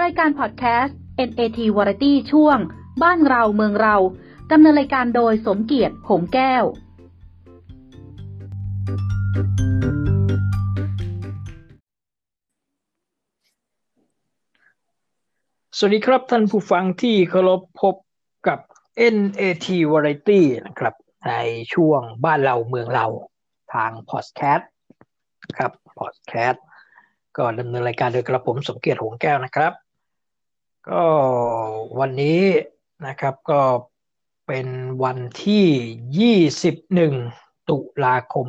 รายการพอดแคสต์ NAT Variety ช่วงบ้านเราเมืองเราดำเนินรายการโดยสมเกียรติ หงแก้วสวัสดีครับท่านผู้ฟังที่เคารพพบกับ NAT Variety นะครับในช่วงบ้านเราเมืองเราทางพอดแคสต์ครับพอดแคสต์ก็ดำเนินรายการโดยกระผมสมเกียรติ หงแก้วนะครับก็วันนี้นะครับก็เป็นวันที่21ตุลาคม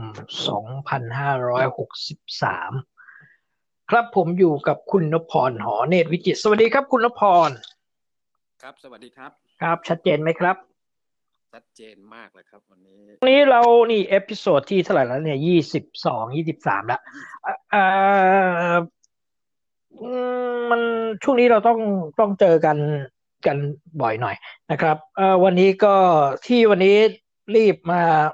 2563ครับผมอยู่กับคุณนพพร หอเนตรวิจิตรสวัสดีครับคุณนพพรครับสวัสดีครับครับชัดเจนไหมครับชัดเจนมากเลยครับวันนี้เรานี่เอพิโซดที่เท่าไหร่แล้วเนี่ย22 23แล้วมันช่วงนี้เราต้องเจอกันบ่อยหน่อยนะครับวันนี้ก็วันนี้รีบ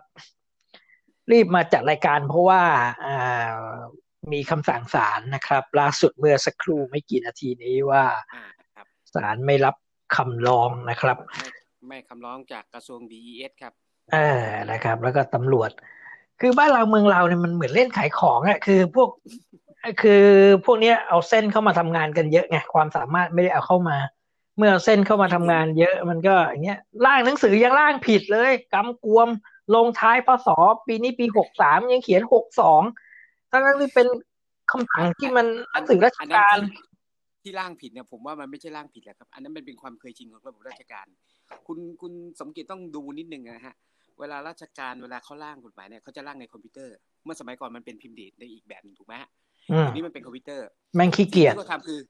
มาจัดรายการเพราะว่ามีคำสั่งศาลนะครับล่าสุดเมื่อสักครู่ไม่กี่นาทีนี้ว่าศาลไม่รับคำร้องนะครับไม่คำร้องจากกระทรวง DES ครับนะครับแล้วก็ตำรวจคือบ้านเราเมืองเราเนี่ยมันเหมือนเล่นขายของอ่ะคือพวกนี้เอาเส้นเข้ามาทำงานกันเยอะไงความสามารถไม่ได้เอาเข้ามาเมื่อเอาเส้นเข้ามาทำงานเยอะมันก็อย่างเงี้ยร่างหนังสือยังร่างผิดเลยกำกวมลงท้ายพศปีนี้ปี63ยังเขียน62ทั้งที่เป็นคำสั่งที่มันหนังสือราชการที่ร่างผิดเนี่ยผมว่ามันไม่ใช่ร่างผิดแหละครับอันนั้นมันเป็นความเคยชินของระบบราชการคุณสมเกียรติต้องดูนิดนึงนะฮะเวลาราชการเวลาเขาร่างกฎหมายเนี่ยเขาจะร่างในคอมพิวเตอร์เมื่อสมัยก่อนมันเป็นพิมพ์ดีดในอีกแบบนึงถูกไหมทีนี้มันเป็นคอมพิวเตอร์แม่งขี้เกียจที่เขาทำคือ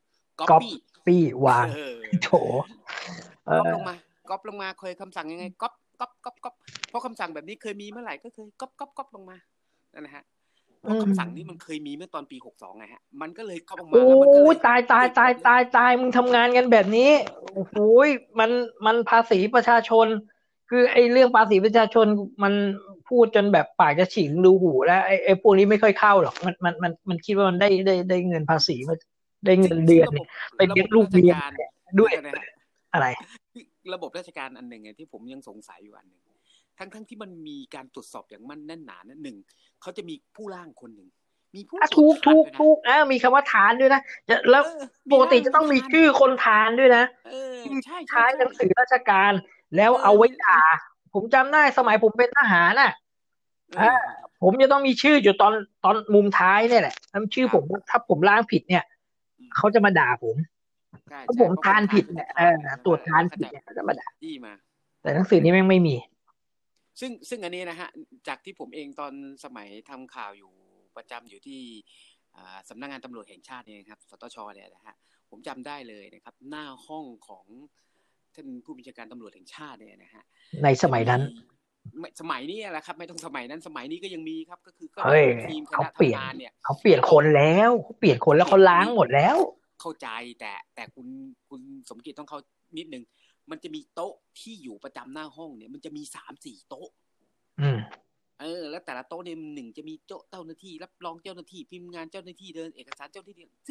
copy วางโถก๊อปลงมาเคยคำสั่งยังไงก๊อปเพราะคำสั่งแบบนี้เคยมีเมื่อไหร่ก็เคยก๊อปลงมานั่นนะฮะเพราะคำสั่งนี้มันเคยมีเมื่อตอนปี62ไงฮะมันก็เลยก๊อปออกมาแล้วมันก็เลยตายมึงทำงานกันแบบนี้โอ้โหมันภาษีประชาชนคือไอ้เรื่องภาษีประชาชนมันพูดจนแบบปากจะฉีกรูหูแล้วไอ้พวกนี้ไม่ค่อยเข้าหรอกมันคิดว่ามันได้เงินภาษีมาได้เงินเดือนไปเลี้ยงลูกเมียด้วยอะไรระบบราชการอันหนึ่งที่ผมยังสงสัยอยู่อันหนึ่งทั้งที่มันมีการตรวจสอบอย่างมั่นแน่นหนานะหนึ่งเขาจะมีผู้ร่างคนหนึ่งมีผู้ถูกมีคำว่าทานด้วยนะแล้วปกติจะต้องมีชื่อคนทานด้วยนะใช่ท้ายหนังสือราชการแล้วเอาไว้ด่าผมจำได้สมัยผมเป็นทหารน่ะผมจะต้องมีชื่ออยู่ตอนมุมท้ายเนี่ยแหละชื่อผมถ้าผมร่างผิดเนี่ยเขาจะมาด่าผมถ้าผมทานผิดเนี่ยตรวจทานผิดเนี่ยเขาจะมาด่าแต่หนังสือนี้แม่งไม่มีซึ่งอันนี้นะฮะจากที่ผมเองตอนสมัยทำข่าวอยู่ประจำอยู่ที่สำนักงานตำรวจแห่งชาติเนี่ยครับสตชเนี่ยนะฮะผมจำได้เลยนะครับหน้าห้องของท่านผู้บัญชาการตำรวจแห่งชาติเนี่ยนะฮะในสมัยนั้นสมัยนี้แหละครับไม่ต้องสมัยนั้นสมัยนี้ก็ยังมีครับก็คือทีมคณะทำงานเนี่ยเขาเปลี่ยนคนแล้วเขาล้างหมดแล้วเข้าใจแต่คุณสมเกียรติต้องเข้านิดนึงมันจะมีโต๊ะที่อยู่ประจำหน้าห้องเนี่ยมันจะมี 3-4 โต๊ะแล้วแต่ละโต๊ะเนี่ยหนึ่งจะมีโต๊ะเจ้าหน้าที่รับรองเจ้าหน้าที่พิมพ์งานเจ้าหน้าที่เดินเอกสารเจ้าหน้าที่ซึ่ง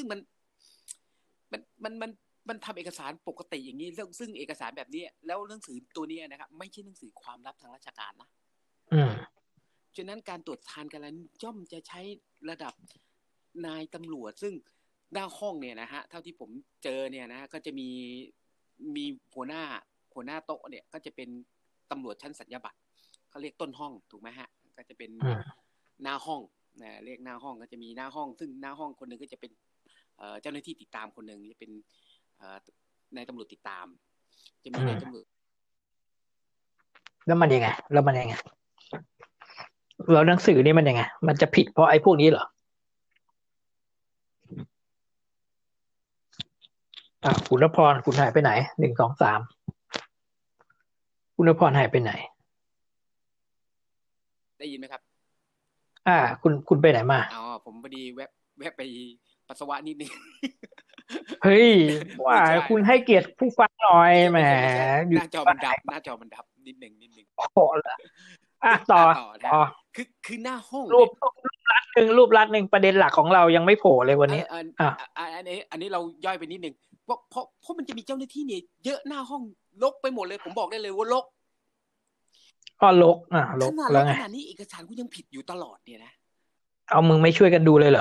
มันทำเอกสารปกติอย่างนี้ซึ่งเอกสารแบบนี้แล้วหนังสือตัวนี้นะครับไม่ใช่หนังสือความลับทางราชการนะฉะนั้นการตรวจทานกันแล้วย่อมจะใช้ระดับนายตำรวจซึ่งหน้าห้องเนี่ยนะฮะเท่าที่ผมเจอเนี่ยนะก็จะมีหัวหน้าโต๊ะเนี่ยก็จะเป็นตำรวจชั้นสัญญาบัตรเขาเรียกต้นห้องถูกไหมฮะก็จะเป็นหน้าห้องนะเรียกหน้าห้องก็จะมีหน้าห้องซึ่งหน้าห้องคนหนึ่งก็จะเป็นเจ้าหน้าที่ติดตามคนหนึ่งจะเป็นนายตำรวจติดตามจะมีนายตำรวจแล้วมันยังไงแล้วหนังสือนี่มันยังไงมันจะผิดเพราะไอ้พวกนี้เหรอคุณณพรคุณหายไปไหน1 2 3คุณณพรหายไปไหนได้ยินไหมครับคุณไปไหนมาผมพอดีแวะไปปัสสาวะนิดนึงเฮ้ยว่าคุณให้เกียรติผู้ฟังหน่อยแหมหน้าจอมันดับนิดนึงพอละต่อคือหน้าห้องรูปลัดหนึ่งประเด็นหลักของเรายังไม่โผล่เลยวันนี้อันนี้เราย่อยไปนิดนึงเพราะมันจะมีเจ้าหน้าที่เนี่ยเยอะหน้าห้องรกไปหมดเลยผมบอกได้เลยว่ารกก็รกรกแล้วไงขนาดนี้เอกสารกูยังผิดอยู่ตลอดเนี่ยนะเอามึงไม่ช่วยกันดูเลยเหรอ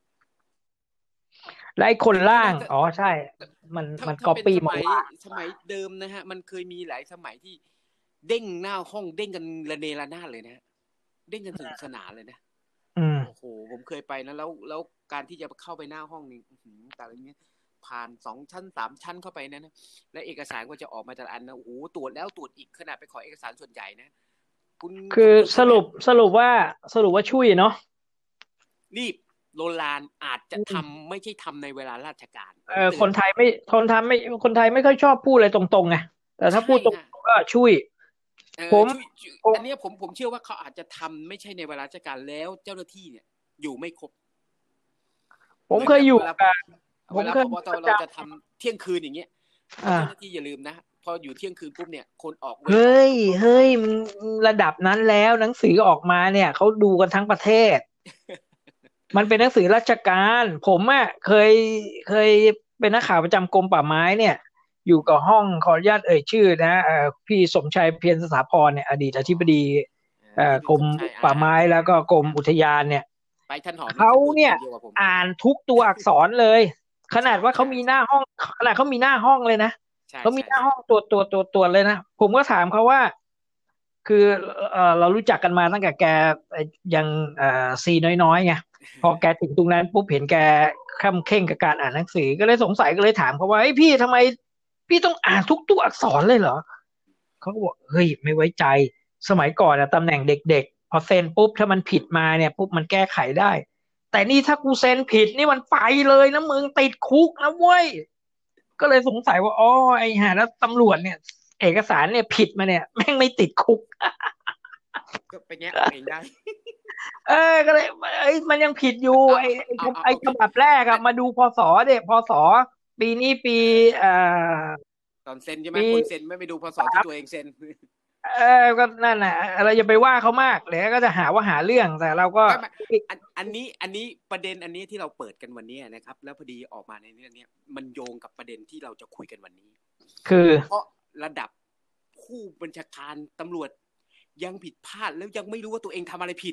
และไอ้คนล่างอ๋อใช่มันก๊อปปี้มาสมัยเดิมนะฮะมันเคยมีหลายสมัยที่เด้งหน้าห้องเด้งกันระเนระนาดเลยนะเด้งกันสนุกสนานเลยนะโอ้โหผมเคยไปนะแล้วการที่จะเข้าไปหน้าห้องนี่แต่ละนี้ผ่าน2 ชั้น 3 ชั้นเข้าไปนะและเอกสารก็จะออกมาแต่ละอันนะโอ้โหตรวจแล้วตรวจอีกขนาดไปขอเอกสารส่วนใหญ่นะคุณคือสรุปว่าช่วยเนาะรีบโลลานอาจจะทำไม่ใช่ทำในเวลาราชการคนไทยไม่คนไทยไม่ค่อยชอบพูดอะไรตรงๆไงแต่ถ้าพูดตรงก็ช่วยอันนี้ผมเชื่อว่าเขาอาจจะทำไม่ใช่ในเวลาราชการแล้วเจ้าหน้าที่เนี่ยอยู่ไม่ครบผมเคยอยู่เวลาเราจะทำเที่ยงคืนอย่างเงี้ยเจ้าหน้าที่อย่าลืมนะพออยู่เที่ยงคืนปุ๊บเนี่ยคนออกเฮ้ยระดับนั้นแล้วหนังสือออกมาเนี่ยเขาดูกันทั้งประเทศมันเป็นหนังสือราชการผมเคยเป็นนักข่าวประจำกรมป่าไม้เนี่ยอยู่กับห้องขออนุญาตชื่อนะพี่สมชัยเพียรสถาพรเนี่ยอดีตอธิบดีกรมป่าไม้แล้วก็กรมอุทยานเนี่ยเขาเนี่ยอ่านทุกตัวอักษรเลยขนาดว่าเขามีหน้าห้องขนาดเขามีหน้าห้องเลยนะเขามีหน้าห้องตัวเลยนะผมก็ถามเขาว่าคือเรารู้จักกันมาตั้งแต่แกยังซีน้อยไงพอแกถึงตรงนั้นปุ๊บเห็นแกเข้มเข่งกับการอ่านหนังสือก็เลยสงสัยก็เลยถามเขาว่าพี่ทำไมพี่ต้องอ่านทุกตัวอักษรเลยเหรอเขาก็บอกเฮ้ยไม่ไว้ใจสมัยก่อนตำแหน่งเด็กๆพอเซ็นปุ๊บถ้ามันผิดมาเนี่ยปุ๊บมันแก้ไขได้แต่นี่ถ้ากูเซ็นผิดนี่มันไปเลยนะมึงติดคุกนะเว้ยก็เลยสงสัยว่าอ๋อไอ้ห่าแล้วตำรวจเนี่ยเอกสารเนี่ยผิดมาเนี่ยแม่งไม่ติดคุกก็ไปแงะเองได้ก็เลยมันยังผิดอยู่ไอ้ฉบับแรกอะมาดูพศพศปีนี้ปีตอนเซ็นใช่ไหมคนเซ็นไม่ไปดูพศที่ตัวเองเซ็นก็นั่นแหละเราอย่าไปว่าเขามากเดี๋ยวก็จะหาว่าหาเรื่องแต่เราก็อันนี้ประเด็นอันนี้ที่เราเปิดกันวันนี้นะครับแล้วพอดีออกมาในเรื่องนี้มันโยงกับประเด็นที่เราจะคุยกันวันนี้คือเพราะระดับผู้บัญชาการตำรวจยังผิดพลาดแล้วยังไม่รู้ว่าตัวเองทำอะไรผิด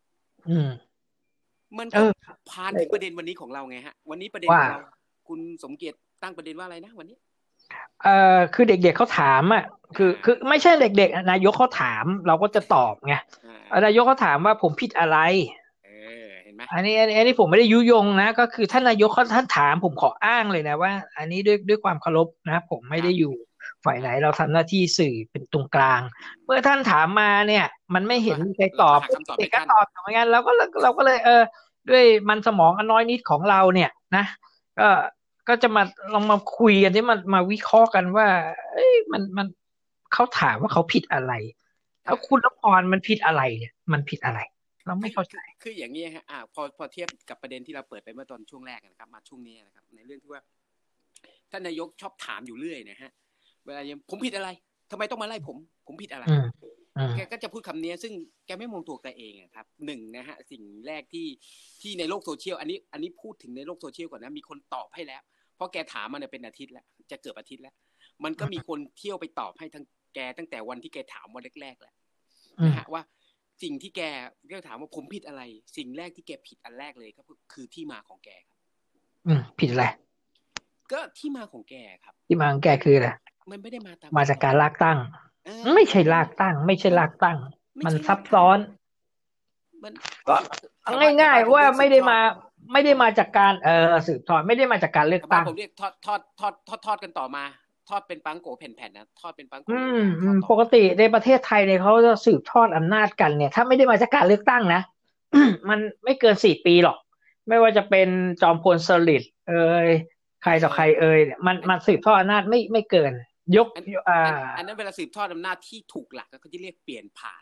มันก็ผ่านถึงประเด็นวันนี้ของเราไงฮะวันนี้ประเด็นของเราคุณสมเกียรติตั้งประเด็นว่าอะไรนะวันนี้คือเด็กๆเขาถามอ่ะคือไม่ใช่เด็กๆนายกเขาถามเราก็จะตอบไงนายกเขาถามว่าผมผิดอะไรเห็นไหมอันนี้ผมไม่ได้ยุยงนะก็คือท่านนายกท่านถามผมขออ้างเลยนะว่าอันนี้ด้วยความเคารพนะผมไม่ได้อยู่ฝ่ายไหนเราทำหน้าที่สื่อเป็นตรงกลางเมื่อท่านถามมาเนี่ยมันไม่เห็นมีใครตอบเด็กก็ตอบเหมือนกันเราก็เลยด้วยมันสมองอันน้อยนิดของเราเนี่ยนะก็จะมาลองมาคุยกันที่มันมาวิเคราะห์กันว่ามันเขาถามว่าเขาผิดอะไรแล้วคุณละครมันผิดอะไรเนี่ยมันผิดอะไรเราไม่เข้าใจคืออย่างนี้ฮะพอเทียบกับประเด็นที่เราเปิดไปเมื่อตอนช่วงแรกนะครับมาช่วงนี้นะครับในเรื่องที่ว่าท่านนายกชอบถามอยู่เรื่อยนะฮะเวลาผมผิดอะไรทำไมต้องมาไล่ผมผิดอะไรแกก็จะพูดคำนี้ซึ่งแกไม่มองตัวแกเองครับหนึ่งนะฮะสิ่งแรกที่ในโลกโซเชียลอันนี้พูดถึงในโลกโซเชียลก่อนนะมีคนตอบให้แล้วเพราะแกถามมาเนี่ยเป็นอาทิตย์แล้วจะเกือบอาทิตย์แล้วมันก็มีคนเที่ยวไปตอบให้ทั้งแกตั้งแต่วันที่แกถามวันแรกๆแหละนะฮะว่าสิ่งที่แกถามว่าผมผิดอะไรสิ่งแรกที่แกผิดอันแรกเลยก็คือที่มาของแกครับผิดอะไรก็ที่มาของแกครับที่มาของแกคืออะไรมันไม่ได้มาจากการลากตั้งไม่ใช่ลากตั้งไม่ใช่ลากตั้งมันซับซ้อนก็ง่ายๆว่าไม่ได้มาจากการสืบทอดไม่ได้มาจากการเลือกตั้งผมเรียกทอดกันต่อมาทอดเป็นปังโกแผ่นๆนะทอดเป็นปังโกปกติในประเทศไทยเนี่ยเขาจะสืบทอดอำนาจกันเนี่ยถ้าไม่ได้มาจากการเลือกตั้งนะ มันไม่เกิน4 ปีหรอกไม่ว่าจะเป็นจอมพลสฤษดิ์ใครต่อใครเนี่ยมันสืบทอดอำนาจไม่เกินยกอันนั้นเวลาสืบทอดอำนาจที่ถูกหลักก็จะเรียกเปลี่ยนผ่าน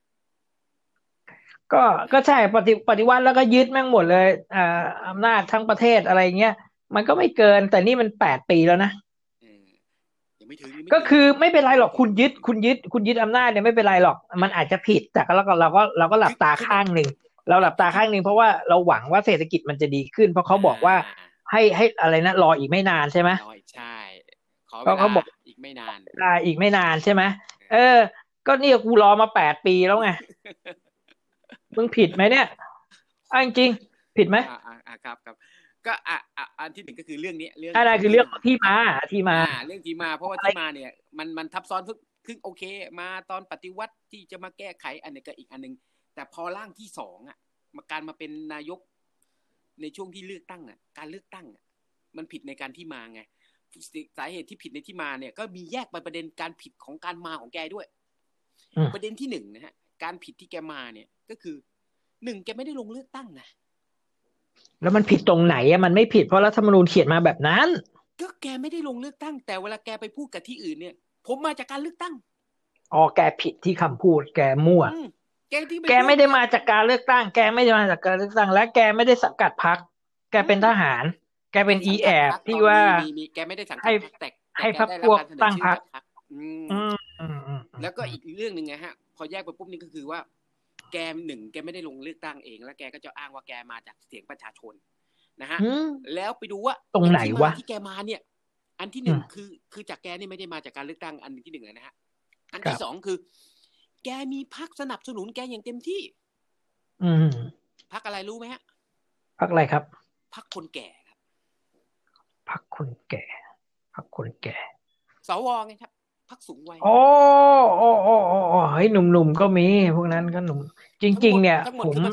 ก็ใช่ปฏิวัติแล้วก็ยึดแม่งหมดเลยอำนาจทั้งประเทศอะไรเงี้ยมันก็ไม่เกินแต่นี่มัน8 ปีแล้วนะก็คือไม่เป็นไรหรอกคุณยึดอำนาจเนี่ยไม่เป็นไรหรอกมันอาจจะผิดแต่เราก็หลับตาข้างหนึ่งเราหลับตาข้างหนึ่งเพราะว่าเราหวังว่าเศรษฐกิจมันจะดีขึ้นเพราะเขาบอกว่าให้อะไรนะรออีกไม่นานใช่ไหมรออีกใช่ขอเวลาเขาบอกอีกไม่นานอีกไม่นานใช่ไหมก็เนี่ยกูรอมา8 ปีแล้วไงมึงผิดไหมเนี่ยจริงๆผิดไหมครับก็อันที่หนึ่งก็คือเรื่องนี้เรื่องอะไรคือเรื่องที่มาเรื่องที่มาเพราะว่าที่มาเนี่ยมันทับซ้อนคือโอเคมาตอนปฏิวัติที่จะมาแก้ไขอันนี้ก็อีกอันนึงแต่พอร่างที่2การมาเป็นนายกในช่วงที่เลือกตั้งการเลือกตั้งมันผิดในการที่มาไงสาเหตุที่ผิดในที่มาเนี่ยก็มีแยกไปประเด็นการผิดของการมาของแกด้วยประเด็นที่1นะฮะการผิดที่แกมาเนี่ยก็คือ1แกไม่ได้ลงเลือกตั้งนะแล้วมันผิดตรงไหนมันไม่ผิดเพราะรัฐธรรมนูญเขียนมาแบบนั้นก็แกไม่ได้ลงเลือกตั้งแต่เวลาแกไปพูดกับที่อื่นเนี่ยผมมาจากการเลือกตั้งแกผิดที่คำพูดแกมั่วแกไม่ได้มาจากการเลือกตั้งแกไม่ได้มาจากการเลือกตั้งและแกไม่ได้สังกัดพรรคแกเป็นทหารแกเป็นแอบที่ว่าแกไม่ได้สังกัดพรรคแต่ให้พรรคพวกตั้งพรรคแล้วก็อีกเรื่องนึงฮะพอแยกไปปุ๊บนี่ก็คือว่าแกไม่ได้ลงเลือกตั้งเองแล้วแกก็จะอ้างว่าแกมาจากเสียงประชาชนนะฮะแล้วไปดูว่าตรงไหนวะที่แกมาเนี่ยอันที่1คือจากแกนี่ไม่ได้มาจากการเลือกตั้งอันที่1นะฮะอันที่2คือแกมีพรรคสนับสนุนแกอย่างเต็มที่พรรคอะไรรู้ไหมฮะพรรคอะไรครับพรรคคนแก่ครับพรรคคนแก่สวไงครับพรรคสูงวัยเฮ้ยหนุ่มๆก็มีพวกนั้นก็หนุ่มจริงๆเนี่ยทั้งหมดคือมัน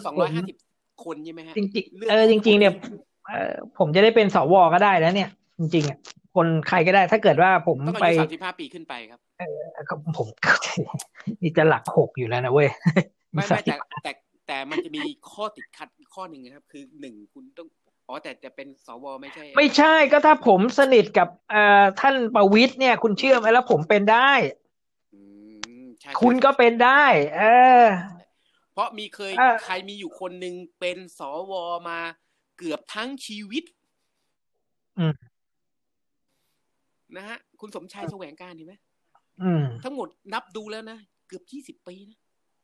250 คนใช่ไหมฮะจริงๆเนี่ยผมจะได้เป็นสวก็ได้แล้วเนี่ยจริงๆคนใครก็ได้ถ้าเกิดว่าผมไป35 ปีขึ้นไปครับผมนี่จะหลัก6อยู่แล้วนะเว้ยไม่แต่มันจะมีข้อติดขัดข้อหนึ่งนะครับคือ1คุณต้องแต่เป็นสวไม่ใช่ก็ถ้าผมสนิทกับท่านประวิตรเนี่ยคุณเชื่อไหมแล้วผมเป็นได้คุณก็เป็นได้เพราะใครมีอยู่คนหนึ่งเป็นสวมาเกือบทั้งชีวิตนะฮะคุณสมชายแสวงการเห็นไหมทั้งหมดนับดูแล้วนะเกือบ20 ปีนะ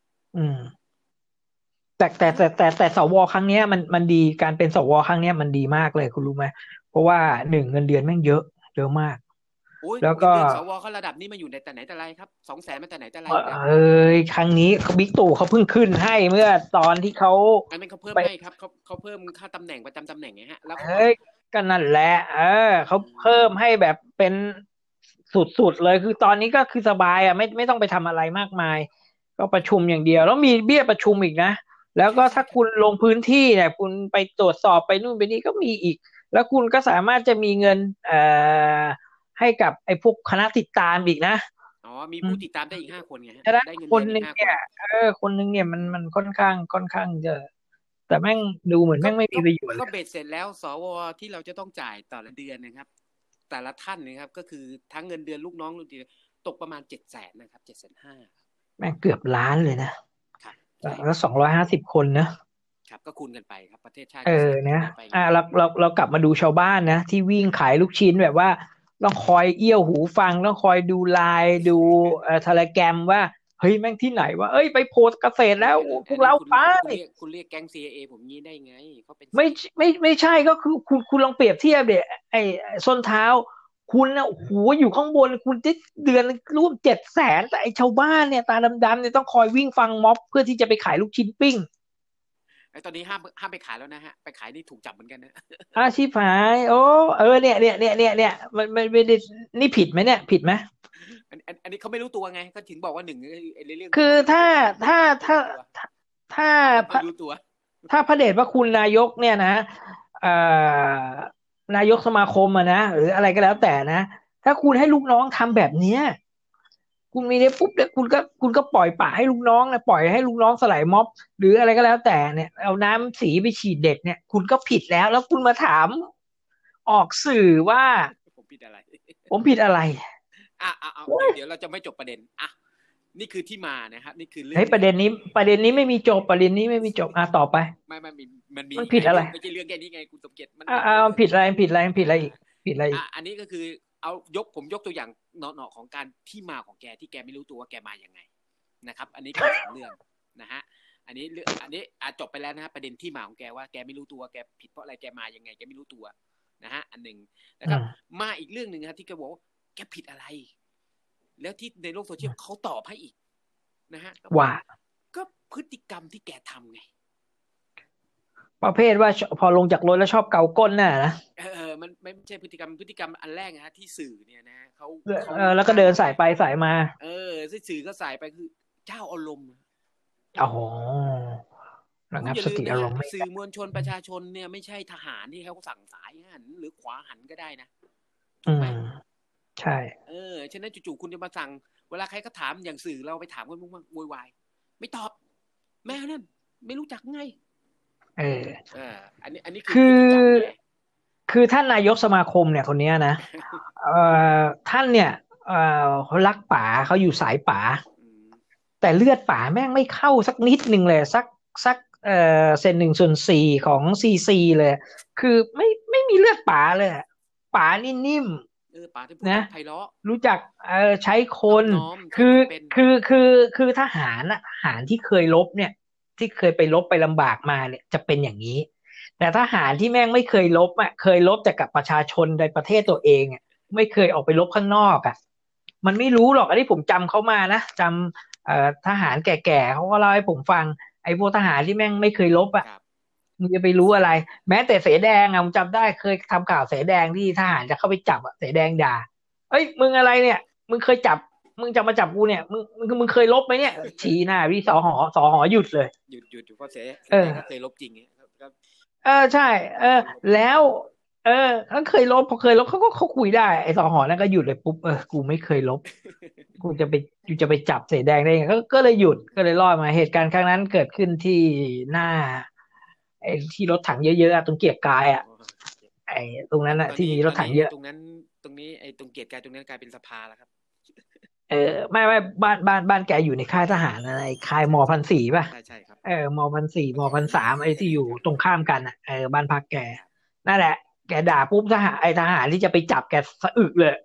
แต่สวครั้งนี้มันดีการเป็นสวครั้งนี้มันดีมากเลยคุณรู้ไหมเพราะว่า1เงินเดือนแม่งเยอะมากแล้วก็สวเขาระดับนี้มาอยู่ในแต่ไหนแต่ไรครับ200,000มาแต่ไหนแต่ไรครั้งนี้บิ๊กตู่เขาเพิ่งขึ้นให้เมื่อตอนที่เขาเพิ่มให้ครับเขาเพิ่มค่าตำแหน่งประจำตำแหน่งไงฮะแล้วก็นั่นแหละเขาเพิ่มให้แบบเป็นสุดเลยคือตอนนี้ก็คือสบายไม่ต้องไปทำอะไรมากมายก็ประชุมอย่างเดียวแล้วมีเบี้ยประชุมอีกนะแล้วก็ถ้าคุณลงพื้นที่เนี่ยคุณไปตรวจสอบไปนู่นไปนี่ก็มีอีกแล้วคุณก็สามารถจะมีเงินให้กับไอ้พวกคณะติดตามอีกนะมีผู้ติดตามได้อีก5 คนไงได้เงินคนนึงเนี่ยคนนึงเนี่ยมันค่อนข้างจะแต่แม่งดูเหมือนแม่งไม่มีประโยชน์ก็เบ็ดเสร็จแล้วสวที่เราจะต้องจ่ายต่อละเดือนนะครับแต่ละท่านนะครับก็คือทั้งเงินเดือนลูกน้องลูกเดือนตกประมาณ700,000นะครับ750,000 แม่งเกือบล้านเลยนะครับแล้ว250 คนนะครับก็คูณกันไปครับประเทศชาตินะเรากลับมาดูชาวบ้านนะที่วิ่งขายลูกชิ้นแบบว่าต้องคอยเอี้ยวหูฟังต้องคอยดูไลน์ดูเทเลแกรมว่าเฮ้ยแม่งที่ไหนว่าไปโพสเกษตรแล้วพวกเราไปคุณเรียกแก๊ง CIA ผมงี้ได้ไงเขาเป็นไม่ใช่ก็คือคุณลองเปรียบเทียบเดี๋ยไอ้ส้นเท้าคุณนะโอ้โหอยู่ข้างบนคุณจะเดือนร่วม700,000แต่ไอ้ชาวบ้านเนี่ยตาดำๆเนี่ยต้องคอยวิ่งฟังม็อบเพื่อที่จะไปขายลูกชิ้นปิ้งตอนนี้ห้ามไปขายแล้วนะฮะไปขายนี่ถูกจับเหมือนกันนะชิบหายเนี่ยมันไม่ได้นี่ผิดไหมเนี่ยผิดไหมอันนี้เขาไม่รู้ตัวไงก็ถึงบอกว่า1เรื่องคือถ้ารู้ตัวถ้าพระเดชพระคุณนายกเนี่ยนะนายกสมาคมนะหรืออะไรก็แล้วแต่นะถ้าคุณให้ลูกน้องทำแบบเนี้ยคุณมีเนี่ยปุ๊บเนี่ยคุณก็ปล่อยปละให้ลูกน้องนะปล่อยให้ลูกน้องสลายม็อบหรืออะไรก็แล้วแต่เนี่ยเอาน้ำสีไปฉีดเด็กเนี่ยคุณก็ผิดแล้วคุณมาถามออกสื่อว่าผมผิดอะไรเดี๋ยวเราจะไม่จบประเด็นนี่คือที่มานะครับนี่คือเรื่องประเด็นนี้ไม่มีจบประเด็นนี้ไม่มีจบต่อไปมันผิดอะไรไม่ใช่เรื่องแค่นี้ไงคุณสมเกียรติมันผิดอะไรอีกผิดอะไรอีกอันนี้ก็คือผมยกตัวอย่างเนาะของการที่มาของแกที่แกไม่รู้ตัวว่าแกมายังไงนะครับอันนี้คือ3 เรื่องนะฮะอันนี้จบไปแล้วนะฮะประเด็นที่มาของแกว่าแกไม่รู้ตัวแกผิดเพราะอะไรแกมายังไงแกไม่รู้ตัวนะฮะอันหนึ่งนะครับมาอีกเรื่องหนึ่งครับที่แกบอกว่าแกผิดอะไรแล้วที่ในโลกโซเชียลเขาตอบให้อีกนะฮะว่าก็พฤติกรรมที่แกทำไงประเภทว่าพอลงจากรถแล้วชอบเกาก้นน่ะนะมันไม่ใช่พฤติกรรมอันแรกนะฮะที่สื่อเนี่ยนะเขาแล้วก็เดินสายไปสายมาสื่อก็สายไปคือเจ้าอารมณ์อ๋อระงับสติอารมณ์สื่อมวลชนประชาชนเนี่ยไม่ใช่ทหารที่เขาสั่งสายหันหรือขวาหันก็ได้นะถูกไหมใช่ฉะนั้นจู่ๆคุณจะมาสั่งเวลาใครก็ถามอย่างสื่อเราไปถามคนมุ่งโวยวายไม่ตอบแม่นั่นไม่รู้จักไงอันนี้คือท่านนายกสมาคมเนี่ยคนนี้นะท่านเนี่ยเขารักป๋าเขาอยู่สายป๋าแต่เลือดป๋าแม่งไม่เข้าสักนิดหนึ่งเลยสักเซน1/4ของซีเลยคือไม่มีเลือดป๋าเลยป๋านิ่มป๋าที่พูดไพเราะรู้จักใช้คนคือทหารที่เคยรบเนี่ยที่เคยไปรบไปลำบากมาเนี่ยจะเป็นอย่างนี้แต่ทหารที่แม่งไม่เคยรบเคยรบแต่กับประชาชนในประเทศตัวเองไม่เคยออกไปรบข้างนอกมันไม่รู้หรอกอันนี้ผมจำเขามานะจำทหารแก่ๆเขาก็เล่าให้ผมฟังไอ้พวกทหารที่แม่งไม่เคยรบมึงจะไปรู้อะไรแม้แต่เสแดงผมจำได้เคยทำข่าวเสแดงที่ทหารจะเข้าไปจับเสแดงด่าเอ้ยมึงอะไรเนี่ยมึงเคยจับมึงจะมาจับกูเนี่ยมึงเคยลบไหมเนี่ยชี้หน้าพี่สหหยุดเลยหยุดเพราะเสก็เคยลบจริงใช่แล้วเขาเคยลบพอเคยลบเขาคุยได้ไอ้สหนั่นก็หยุดเลยปุ๊บกูไม่เคยลบกูจะไปจับเสแดงได้ไงก็เลยหยุดก็เลยรอดมาเหตุการณ์ครั้งนั้นเกิดขึ้นที่หน้าไอ้ที่รถถังเยอะๆตรงเกียรติกายไอ้ตรงนั้นที่มีรถถังเยอะตรงนี้ไอ้ตรงเกียรติกายตรงนั้นกลายเป็นสภาแล้วครับไม่บ้านแกอยู่ในค่ายทหารอะไรค่ายม.1,400ป่ะใช่ครับม.1,400ม.1,300ไอ้ที่อยู่ตรงข้ามกันบ้านพักแกนั่นแหละแกด่าปุ๊บทหารที่จะไปจับแกสะอึกเลย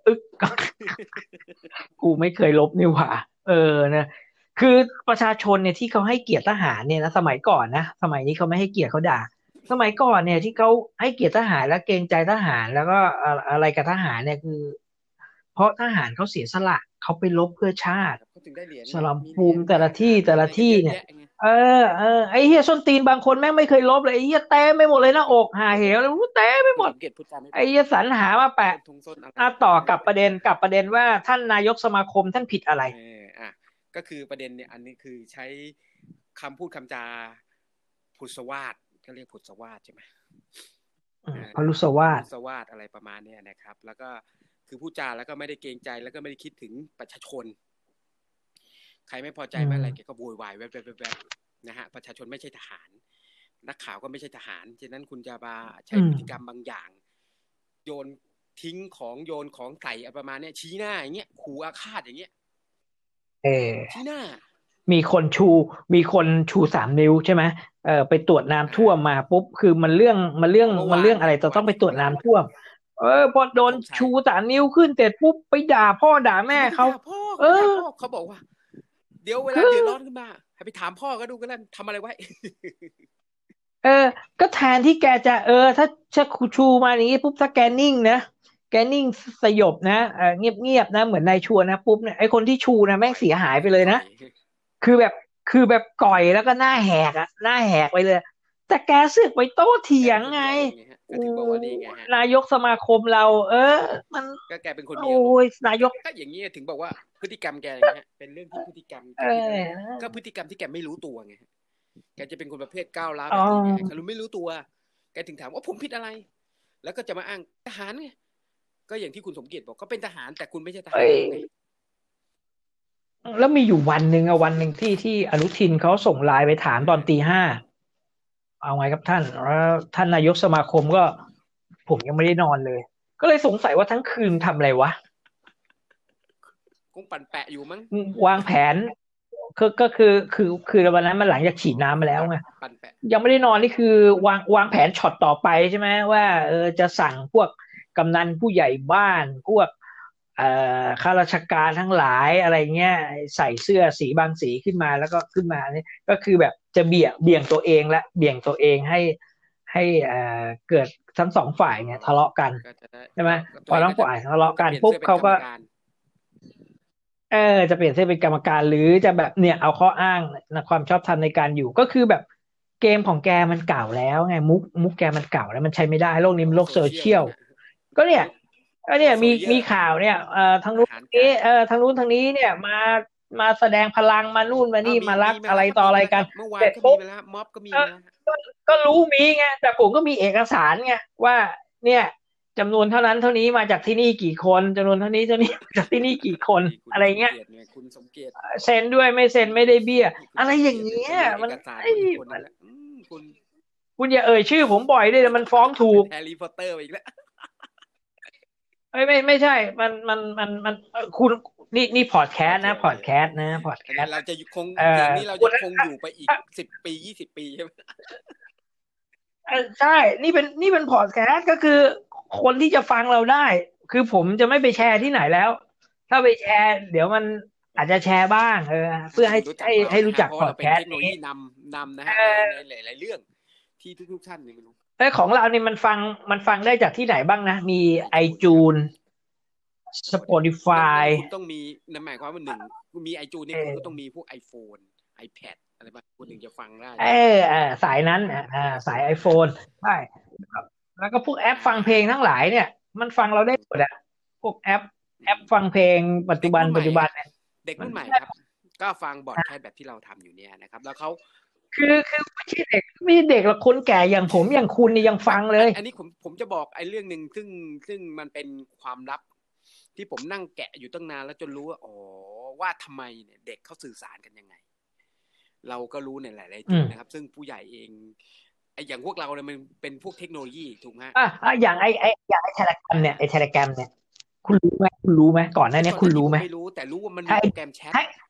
กูไม่เคยลบนี่หว่านะคือประชาชนเนี่ยที่เขาให้เกียรติทหารเนี่ยนะสมัยก่อนนะสมัยนี้เขาไม่ให้เกียรติเขาด่าสมัยก่อนเนี่ยที่เขาให้เกียรติทหารและเกรงใจทหารแล้วก็อะไรกับทหารเนี่ยคือเพราะทหารเขาเสียสละเขาไปรบเพื่อชาติสลัมภูมิแต่ละที่เนี่ยไอ้เหี้ยส้นตีนบางคนแม่งไม่เคยลบเลยไอ้เหี้ยเต้ไม่หมดเลยหน้าอกหาเหวเลยเต้ไม่หมดไอ้เหี้ยสรรหามาแปะต่อกับประเด็นว่าท่านนายกสมาคมท่านผิดอะไรก็คือประเด็นเนี่ยอันนี้คือใช้คำพูดคำจาพุทธวาทก็เรียกพุทธวาทใช่ไหมพลุสวาทอะไรประมาณนี้นะครับแล้วก็คือพูดจาแล้วก็ไม่ได้เกรงใจแล้วก็ไม่ได้คิดถึงประชาชนใครไม่พอใจอะไรแกก็โวยวายแวบนะฮะประชาชนไม่ใช่ทหารนักข่าวก็ไม่ใช่ทหารฉะนั้นคุณจะมาใช้พฤติกรรมบางอย่างโยนทิ้งของโยนของใส่ประมาณนี้ชี้หน้าอย่างเงี้ยขู่อาฆาตอย่างเงี้ยชี้หน้ามีคนชู3 นิ้วใช่ไหมไปตรวจน้ำท่วมมาปุ๊บคือมันเรื่องอะไรจะต้องไปตรวจน้ำท่วมพอโดนชู3 นิ้วขึ้นเสร็จปุ๊บไปด่าพ่อด่าแม่เขาเขาบอกว่าเดี๋ยวเวลาเดือดร้อนขึ้นมาให้ไปถามพ่อก็ดูกันแล้วทำอะไรไว้ก็แทนที่แกจะถ้าชูมาอย่างนี้ปุ๊บถ้าแกนิ่งนะแกนิ่งสยบนะเงียบนะเหมือนนายชวนนะปุ๊บเนี่ยไอคนที่ชูนะแม่งเสียหายไปเลยนะคือแบบก่อยแล้วก็หน้าแหกไปเลยแต่แกเสือกไปโต้เถียงไงนายกสมาคมเรามันก็แกเป็นคนมีอารมณ์นายกก็อย่างนี้ถึงบอกว่าพฤติกรรมแกอย่างเงี้ยเป็นเรื่องที่พฤติกรรมก็พฤติกรรมที่แกไม่รู้ตัวไงแกจะเป็นคนประเภทก้าวร้าวแบบนี้เขาไม่รู้ตัวแกถึงถามว่าผมผิดอะไรแล้วก็จะมาอ้างทหารไงก็อย่างที่คุณสมเกียรติบอกก็เป็นทหารแต่คุณไม่ใช่ทหารไงแล้วมีอยู่วันหนึ่งที่อนุทินเขาส่งไลน์ไปถามตอนตี 5เอาไงครับท่านท่านนายกสมาคมก็ผมยังไม่ได้นอนเลยก็เลยสงสัยว่าทั้งคืนทำอะไรวะคงปั่นแปะอยู่มั้งวางแผนก็คือวันนั้นมันหลังจากฉีดน้ำมาแล้วไงยังไม่ได้นอนนี่คือวางแผนช็อตต่อไปใช่ไหมว่าจะสั่งพวกกำนันผู้ใหญ่บ้านพวกข้าราชการทั้งหลายอะไรเงี้ยใส่เสื้อสีบางสีขึ้นมาแล้วก็ขึ้นมานี่ก็คือแบบจะเบี่ยงตัวเองและเบี่ยงตัวเองให้เกิดทั้งสองฝ่ายเนี่ยทะเลาะกันใช่ไหมพอทั้งฝ่ายทะเลาะกันปุ๊บเขาก็จะเปลี่ยนเส้นเป็นกรรมการหรือจะแบบเนี่ยเอาข้ออ้างนะความชอบธรรมในการอยู่ก็คือแบบเกมของแกมันเก่าแล้วไงมุกแกมันเก่าแล้วมันใช้ไม่ได้โลกนี้มันโลกโซเชียลก็เนี่ยมีข่าวเนี่ยทางนู้นนี้ทางนู้นทางนี้เนี่ยมาแสดงพลังมานู่นมานี่มารักอะไรต่ออะไรกันเมื่อวานก็มีไปแล้วม็อบก็มีนะก็รู้มีไงแต่ผมก็มีเอกสารไงว่าเนี่ยจำนวนเท่านั้นเท่านี้มาจากที่นี่กี่คนจำนวนเท่านี้จากที่นี่กี่คนอะไรเงี้ยคุณสมเกียรติเซ็นด้วยไม่เซ็นไม่ได้เบี้ยอะไรอย่างเงี้ยมันคุณอย่าเอ่ยชื่อผมบ่อยด้วยมันฟ้องถูกแฮร์รี่พอตเตอร์อีกแล้วไม่ใช่มันคุณนี่พอดแคสต์นะพอดแคสต์นะพอดแคสต์เราจะคงอย่างนี้เราจะคงอยู่ไปอีก10 ปี20 ปีใช่ไหมใช่นี่เป็นพอดแคสต์ก็คือคนที่จะฟังเราได้คือผมจะไม่ไปแชร์ที่ไหนแล้วถ้าไปแชร์เดี๋ยวมันอาจจะแชร์บ้างเพื่อให้รู้จักพอดแคสต์นี้นำนะฮะในหลายๆเรื่องที่ทุกท่านนี่ไม่รู้ของเราเนี่ยมันฟังได้จากที่ไหนบ้างนะมี iTunes Spotify คุณต้องมีนั่นหมายความว่าหนึ่งคุณมี iTunes นี่คุณก็ต้องมีพวก iPhone iPad อะไรบ้างคุณถึงจะฟังได้สายนั้นสาย iPhone ใช่แล้วก็พวกแอปฟังเพลงทั้งหลายเนี่ยมันฟังเราได้หมดอะพวกแอปฟังเพลงปัจจุบันเนี่ยเด็กรุ่นใหม่ครับก็ฟังบอดแคสต์แบบที่เราทำอยู่เนี่ยนะครับแล้วเขาคือไม่ใช่เด็กหรอกคนแก่อย่างผมอย่างคุณนี่ยังฟังเลยอันนี้ผมจะบอกไอ้เรื่องนึงซึ่งมันเป็นความลับที่ผมนั่งแกะอยู่ตั้งนานแล้วจนรู้ว่าว่าทำไมเนี่ยเด็กเขาสื่อสารกันยังไงเราก็รู้ในหลายๆจุดนะครับซึ่งผู้ใหญ่เองอย่างพวกเราเนี่ยมันเป็นพวกเทคโนโลยีถูกไหมอย่างเทเลกรมเนี่ยเทเลกรมเนี่ยคุณรู้ไหมก่อนหน้านี้คุณรู้ไหมไม่รู้แต่รู้ว่ามันมีโปรแกรมแชท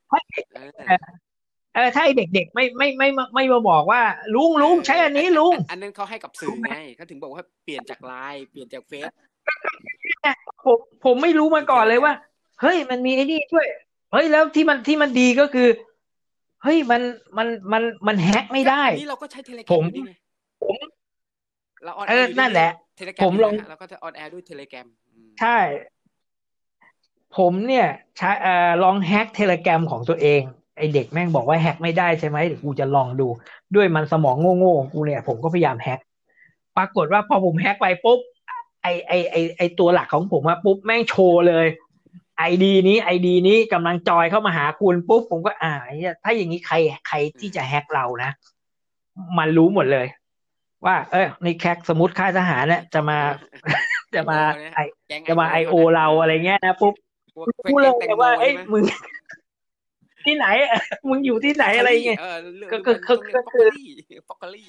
ถ้าเด็กๆไม่มาบอกว่าลุงใช้อันนี้ลุงอันนั้นเขาให้กับสื่อไงเขาถึงบอกว่าเปลี่ยนจากไลน์เปลี่ยนจากเฟซผมไม่รู้มาก่อนเลยว่าเฮ้ยมันมีไอ้นี่ด้วยเฮ้ยแล้วที่มันดีก็คือเฮ้ยมันแฮกไม่ได้อันนี้เราก็ใช้เทเลแกรมนี่ไงเราออนแอร์นั่นแหละผมลองเราก็จะออนแอร์ด้วยเทเลแกรมใช่ผมเนี่ยใช้ลองแฮกเทเลแกรมของตัวเองไอเด็กแม่งบอกว่าแฮกไม่ได้ใช่ไหมเดี๋ยวกูจะลองดูด้วยมันสมองโง่ของกูเนี่ยผมก็พยายามแฮกปรากฏว่าพอผมแฮกไปปุ๊บไอตัวหลักของผมอะปุ๊บแม่งโชว์เลยไอดีนี้กำลังจอยเข้ามาหาคุณปุ๊บผมก็ถ้าอย่างนี้ใครที่จะแฮกเรานะมันรู้หมดเลยว่าในแคกสมมติค่ายทหารเนี่ยจะมาไอโอเราอะไรเงี้ยนะปุ๊บพูดเลยว่ามึงที่ไหนมึงอยู่ที่ไหนอะไรเงี้ยก็คือฟอกเกอรี่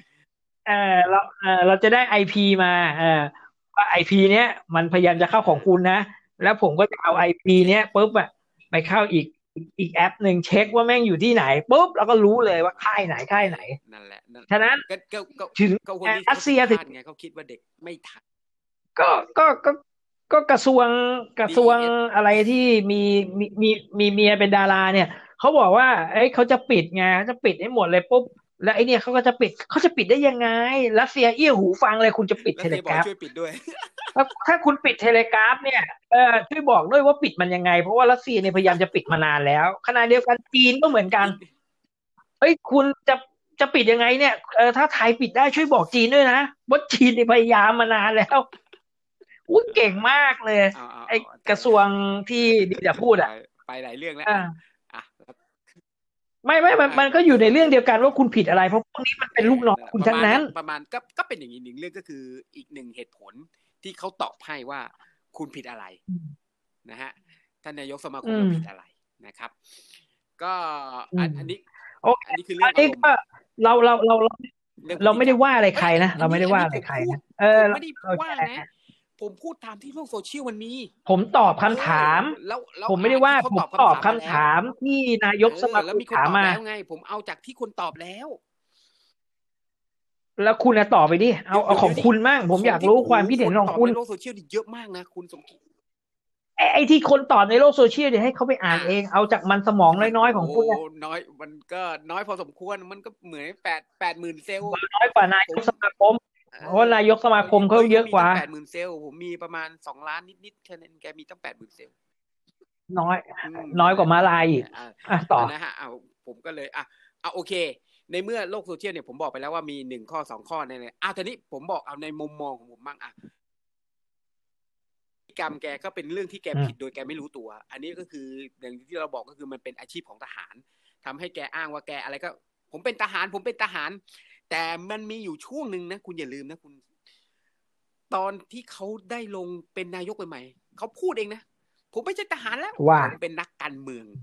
เราจะได้ไอพีมาว่าไอพีเนี้ยมันพยายามจะเข้าของคุณนะแล้วผมก็จะเอาไอพีเนี้ยปุ๊บไปเข้าอีกแอปหนึ่งเช็คว่าแม่งอยู่ที่ไหนปุ๊บแล้วก็รู้เลยว่าค่ายไหนนั่นแหละฉะนั้นถึงรัสเซียถึงไงเขาคิดว่าเด็กไม่ทันก็กระทรวงอะไรที่มีเมียเป็นดาราเนี่ยเขาบอกว่าเขาจะปิดไงจะปิดให้หมดเลยปุ๊บแล้วไอ้เนี่ยเขาจะปิดได้ยังไงรัสเซียเอี้ยหูฟังเลยคุณจะปิดเทเลกราฟช่วยปิดด้วยถ้าคุณปิดเทเลกราฟเนี่ยช่วยบอกด้วยว่าปิดมันยังไงเพราะว่ารัสเซียเนี่ยพยายามจะปิดมานานแล้วขณะเดียวกันจีนก็เหมือนกันคุณจะปิดยังไงเนี่ยถ้าไทยปิดได้ช่วยบอกจีนด้วยนะว่าจีนเนี่ยพยายามมานานแล้วเก่งมากเลยไอ้กระทรวงที่ดีจะพูดไปหลายเรื่องแล้วไม่มันก็อยู่ในเรื่องเดียวกันว่าคุณผิดอะไรเพราะพวกนี้มันเป็นลูกน้องคุณทั้งนั้นประมาณก็เป็นอย่างนี้หนึ่งเรื่องก็คืออีกหนึ่งเหตุผลที่เขาตอบให้ว่าคุณผิดอะไรนะฮะท่านนายกสมาคมผิดอะไรนะครับก็อันนี้คือเรื่องเราไม่ได้ว่าอะไรใครนะเราไม่ได้ว่าอะไรใครนะไม่ได้ว่านะผมพูดตามที่โลกโซเชียลมันมีผมตอบคำถามผมไม่ได้ว่าผมตอบคำถามที่นายกสมาคมถามมาแล้วไงผมเอาจากที่คนตอบแล้วคุณตอบไปดิเอาของคุณมั่งผมอยากรู้ความคิดเห็นของคุณในโลกโซเชียลเยอะมากนะคุณสมคิดไอ้ที่คนตอบในโลกโซเชียลเนี่ยให้เขาไปอ่านเองเอาจากมันสมองน้อยๆของคุณนะน้อยมันก็น้อยพอสมควรมันก็เหมือน80,000 เซลล์น้อยกว่านายกสมาคมเพราะนายกสมาคมเขาเยอะกว่า 80,000 เซลล์ผมมีประมาณ2 ล้านนิดๆแค่นั้นแกมีตั้ง80,000 เซลล์น้อยกว่ามาลายอีกต่อนะฮะผมก็เลยโอเคในเมื่อโลกโซเชียลเนี่ยผมบอกไปแล้วว่ามี1 ข้อ 2 ข้อเนี่ยทีนี้ผมบอกเอาในมุมมองของผมบ้างกรรมแกก็เป็นเรื่องที่แกผิดโดยแกไม่รู้ตัวอันนี้ก็คืออย่างที่เราบอกก็คือมันเป็นอาชีพของทหารทำให้แกอ้างว่าแกอะไรก็ผมเป็นทหารแต่มันมีอยู่ช่วงนึงนะคุณอย่าลืมนะคุณตอนที่เขาได้ลงเป็นนายกใหม่ๆเขาพูดเองนะผมไม่ใช่ทหารแล้วผมเป็นนักการเมือง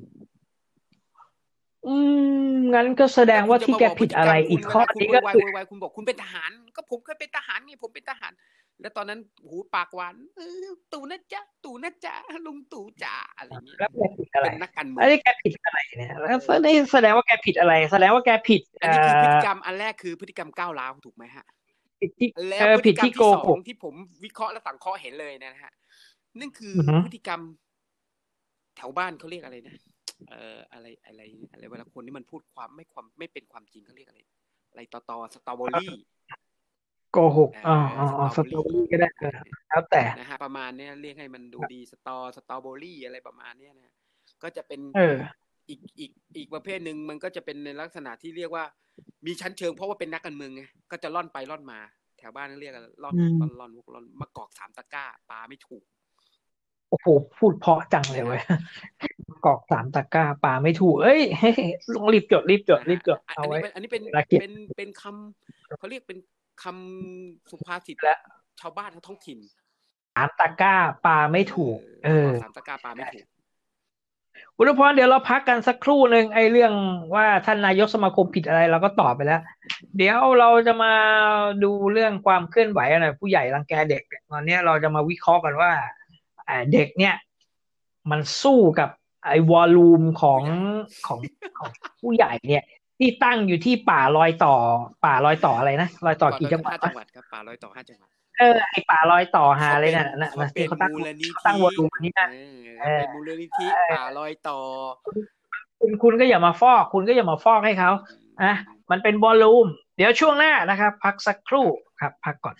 งั้นก็แสดงว่าที่แกผิดอะไรอีกข้อนี้ก็คือคุณบอกคุณเป็นทหารก็ผมเคยเป็นทหารไงผมเป็นทหารแล้วตอนนั้นหูปากหวานตู่นะจ๊ะลุงตู่จ๋าอะไรอย่างเงี้ยแล้วแกผิดอะไรเป็นนักการเมืองอันนี้แกผิดอะไรเนี่ยแล้วนี่แสดงว่าแกผิดอะไรแสดงว่าแกผิดอันนี้คือพฤติกรรมอันแรกคือพฤติกรรมก้าวร้าวถูกไหมฮะแล้วพฤติกรรมที่2 ที่ผมวิเคราะห์และสังเคราะห์เห็นเลยนะฮะนั่นคือพฤติกรรมแถวบ้านเขาเรียกอะไรนะอะไรเวลาคนที่มันพูดไม่เป็นความจริงเขาเรียกอะไรสตรอเบอรี่โกหกสตรอเบอรี่ก็ได้แล้วแต่นะฮะประมาณนี้เรียกให้มันดูดีสตรอเบอรี่อะไรประมาณนี้นะก็จะเป็นอีกประเภทหนึ่งมันก็จะเป็นในลักษณะที่เรียกว่ามีชั้นเชิงเพราะว่าเป็นนักการเมืองไงก็จะล่อนไปล่อนมาแถวบ้านเรียกกันล่อนมากอก3 ตะกร้าปลาไม่ถูกโอ้โหพูดเพราะจังเลยเว้ยกอก3 ตะกร้าปลาไม่ถูกเอ้ยรีบจดเอาไว้อันนี้เป็นคำเขาเรียกเป็นคำสุภาษิตและชาวบ้านท้องถิ่น 3 ตะกร้าปลาไม่ถูก 3 ตะกร้าปลาไม่ถูกคุณพรเดี๋ยวเราพักกันสักครู่หนึ่งไอ้เรื่องว่าท่านนายกสมาคมผิดอะไรเราก็ตอบไปแล้วเดี๋ยวเราจะมาดูเรื่องความเคลื่อนไหวหน่อยผู้ใหญ่รังแกเด็กตอนนี้เราจะมาวิเคราะห์กันว่าเด็กเนี่ยมันสู้กับไอ้วอลลุ่มของผู้ใหญ่เนี่ยที่ตั้งอยู่ที่ป่ารอยต่ออะไรนะรอยต่อกี่จังหวัดครับป่ารอยต่อ5 จังหวัดไอ้ป่ารอยต่อหาเลยนะที่เขาตั้งวอลลุ่มนี้นะเป็นมูลนิธิป่ารอยต่อคุณก็อย่ามาฟอกให้เขามันเป็นวอลลุ่มเดี๋ยวช่วงหน้านะครับพักสักครู่ครับพักก่อน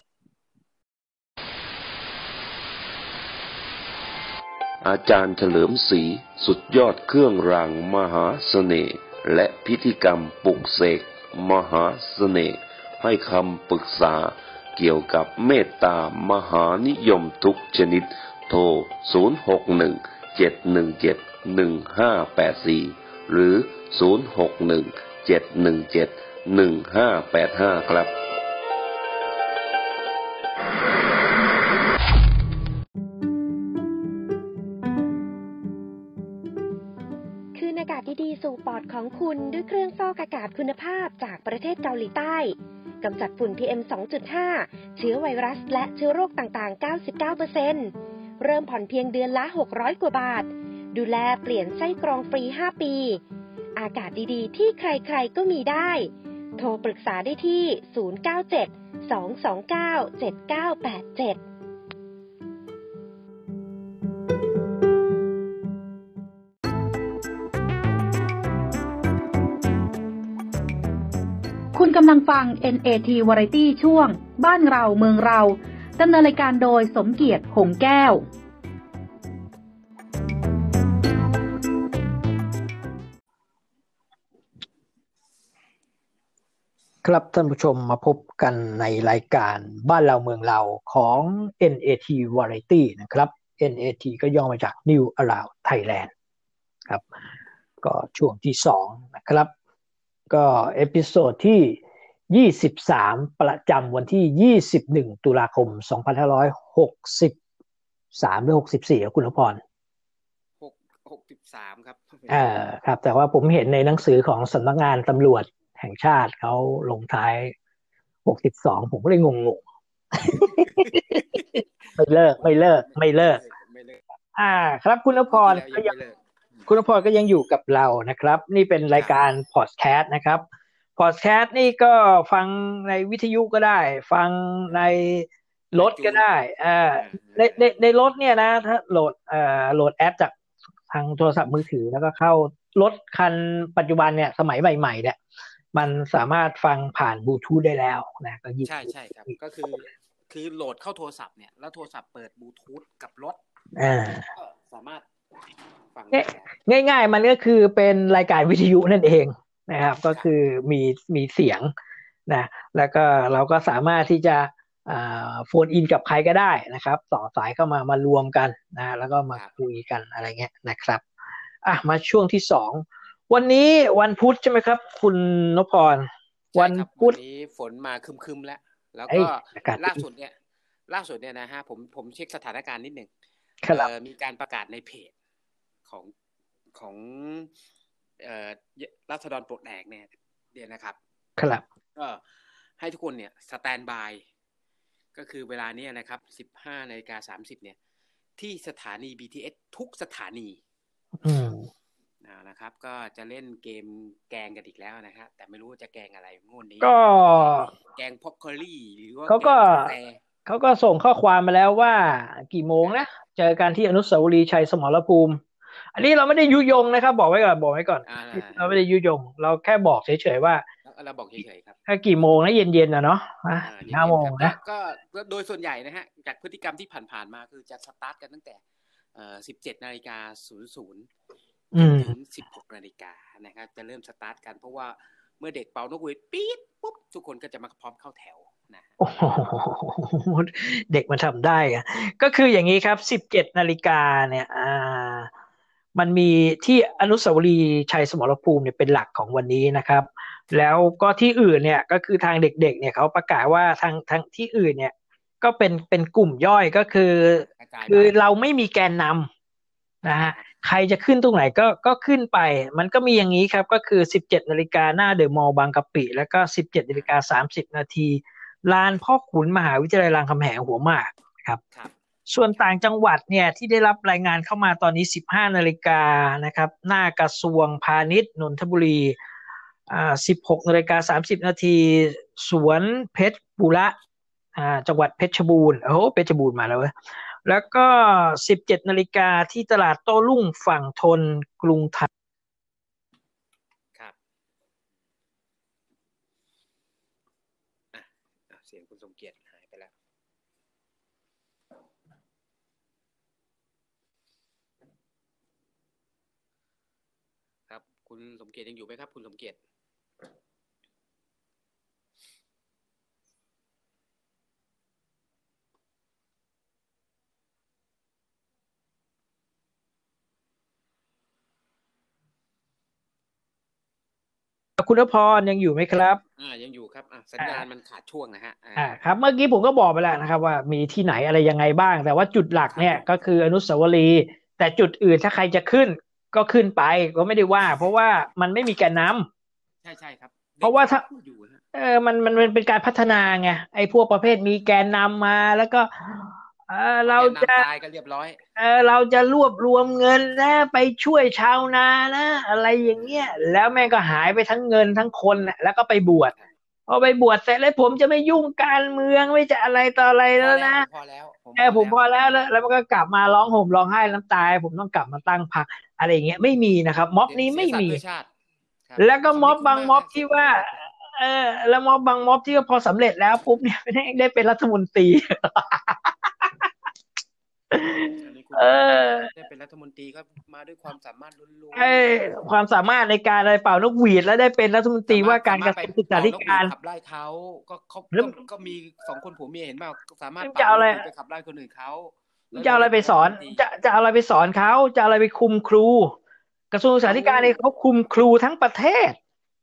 อาจารย์เฉลิมศรีสุดยอดเครื่องรางมหาเสน่ห์และพิธีกรรมปลุกเสกมหาเสน่ห์ให้คำปรึกษาเกี่ยวกับเมตตามหานิยมทุกชนิดโทร061-717-1584หรือ061-717-1585ครับอากาศดีๆสู่ปอดของคุณด้วยเครื่องฟอกอากาศคุณภาพจากประเทศเกาหลีใต้กำจัดฝุ่น PM 2.5 เชื้อไวรัสและเชื้อโรคต่างๆ 99% เริ่มผ่อนเพียงเดือนละ600 กว่าบาทดูแลเปลี่ยนไส้กรองฟรี5 ปีอากาศดีๆที่ใครๆก็มีได้โทรปรึกษาได้ที่ 097-229-7987 คุณกำลังฟัง NAT Variety ช่วงบ้านเราเมืองเราดำเนินรายการโดยสมเกียรติหงแก้วครับท่านผู้ชมมาพบกันในรายการบ้านเราเมืองเราของ NAT Variety นะครับ NAT ก็ย่อมาจาก New Around Thailand ครับก็ช่วงที่2นะครับก็เอพิโซดที่23ประจำวันที่21ตุลาคม2563หรือ64ครับคุณพร 63ครับครับแต่ว่าผมเห็นในหนังสือของสำนักงานตำรวจแห่งชาติเขาลงท้าย62ผมก็เลยงงไม่เลิกครับคุณพรก็ยังอยู่กับเรานะครับนี่เป็นรายการพอดแคสต์นะครับพอดแคสต์นี่ก็ฟังในวิทยุก็ได้ฟังในรถก็ได้ในรถเนี่ยนะถ้าโหลดแอปจากทางโทรศัพท์มือถือแล้วก็เข้ารถคันปัจจุบันเนี่ยสมัยใหม่ๆเนี่ยมันสามารถฟังผ่านบลูทูธได้แล้วนะก็ใช่ครับก็คือโหลดเข้าโทรศัพท์เนี่ยแล้วโทรศัพท์เปิดบลูทูธกับรถก็สามารถฟังง่ายๆมันก็คือเป็นรายการวิทยุนั่นเองนะครับก็คือมีเสียงนะแล้วก็เราก็สามารถที่จะโฟนอินกับใครก็ได้นะครับต่อสายเข้ามามารวมกันนะแล้วก็มาคุยกันอะไรเงี้ยนะครับมาช่วงที่2วันนี้วันพุธใช่ไหมครับคุณนพพรวันพุธนี้ฝนมาคึมๆแล้วก็ล่าสุดเนี่ยนะฮะผมเช็คสถานการณ์นิดนึงมีการประกาศในเพจของราษฎรปลดแอกเนี่ยนะครับครับก็ให้ทุกคนเนี่ยสแตนบายก็คือเวลาเนี้ยนะครับ 15:30 เนี่ยที่สถานี BTS ทุกสถานีนะครับก็จะเล่นเกมแกงกันอีกแล้วนะฮะแต่ไม่รู้จะแกงอะไรงวดนี้ก็แกงพ็อกเคอรี่หรือว่าเขาก็ส่งข้อความมาแล้วว่ากี่โมงนะเจอกันที่อนุสาวรีย์ชัยสมรภูมิอันนี้เราไม่ได้ยุยงนะครับบอกไว้ก่อนเราไม่ได้ยุยงเราแค่บอกเฉยๆว่าเราบอกเฉยๆครับถ้ากี่โมงนะเย็นๆนะเนาะ5 โมงนะก็โดยส่วนใหญ่นะฮะจากพฤติกรรมที่ผ่านๆมาคือจะสตาร์ทกันตั้งแต่17:00 นถึง 16:00 นนะครับจะเริ่มสตาร์ทกันเพราะว่าเมื่อเด็กเป่านกหวีดปี๊ดปุ๊บทุกคนก็จะมาพร้อมเข้าแถวนะโอ้โหเด็กมันทำได้อะก็คืออย่างนี้ครับ 17:00 นเนี่ยมันมีที่อนุสาวรีย์ชัยสมรภูมิเนี่ยเป็นหลักของวันนี้นะครับแล้วก็ที่อื่นเนี่ยก็คือทางเด็กๆเนี่ยเขาประกาศว่าทางที่อื่นเนี่ยก็เป็นกลุ่มย่อยก็คือเราไม่มีแกนนำนะฮะใครจะขึ้นตรงไหนก็ขึ้นไปมันก็มีอย่างนี้ครับก็คือ 17:00 นหน้าเดอะมอลล์บางกะปิแล้วก็ 17:30 นลานพ่อขุนมหาวิทยาลัยรามคำแหงหัวหมากครับส่วนต่างจังหวัดเนี่ยที่ได้รับรายงานเข้ามาตอนนี้ 15:00 นนะครับหน้ากระทรวงพาณิชย์นนทบุรี16:30 นสวนเพชรบุระจังหวัดเพชรบูรณ์เพชรบูรณ์มาแล้วเว้ยแล้วก็ 17:00 นที่ตลาดโต้รุ่งฝั่งทนกรุงไทยครับเสียงคุณสมเกียรติหายไปแล้วครับคุณสมเกียรติยังอยู่ไหมครับคุณสมเกียรติคุณณพรยังอยู่ไหมครับยังอยู่ครับสัญญาณมันขาดช่วงนะฮะครับเมื่อกี้ผมก็บอกไปแล้วนะครับว่ามีที่ไหนอะไรยังไงบ้างแต่ว่าจุดหลักเนี่ยก็คืออนุสาวรีย์แต่จุดอื่นถ้าใครจะขึ้นก็ขึ้นไปก็ไม่ได้ว่าเพราะว่ามันไม่มีแกนนำใช่ครับเพราะว่าถ้ามันเป็นการพัฒนาไงไอ้พวกประเภทมีแกนนำมาแล้วก็เราจะตายกันเรียบร้อยเราจะรวบรวมเงินนะไปช่วยชาวนานะอะไรอย่างเงี้ยแล้วแม่งก็หายไปทั้งเงินทั้งคนแล้วก็ไปบวชพอไปบวชเสร็จแล้วผมจะไม่ยุ่งการเมืองไม่จะอะไรต่ออะไรแล้วนะพอแล้วผมพอแล้วแล้วมันก็กลับมาร้องห่มร้องไห้น้ำตาผมต้องกลับมาตั้งพรรคอะไรอย่างเงี้ยไม่มีนะครับม็อบนี้ไม่มีแล้วก็ม็อบบางม็อบที่ว่าแล้วม็อบบางม็อบที่พอสำเร็จแล้วปุ๊บเนี่ยได้เป็นรัฐมนตรีได้เป็นรัฐมนตรีก็มาด้วยความสามารถล้วนๆความสามารถในการอะไรเป่านกหวีดแล้วได้เป็นรัฐมนตรีว่าการกระทรวงศึกษาธิการขับไล่เขาก็มี2คนผัวเมียเห็นป่าวสามารถไปขับไล่คนอื่นเขาจะอะไรไปสอนจะอะไรไปสอนเขาจะอะไรไปคุมครูกระทรวงศึกษาธิการเนี่ยเขาคุมครูทั้งประเทศ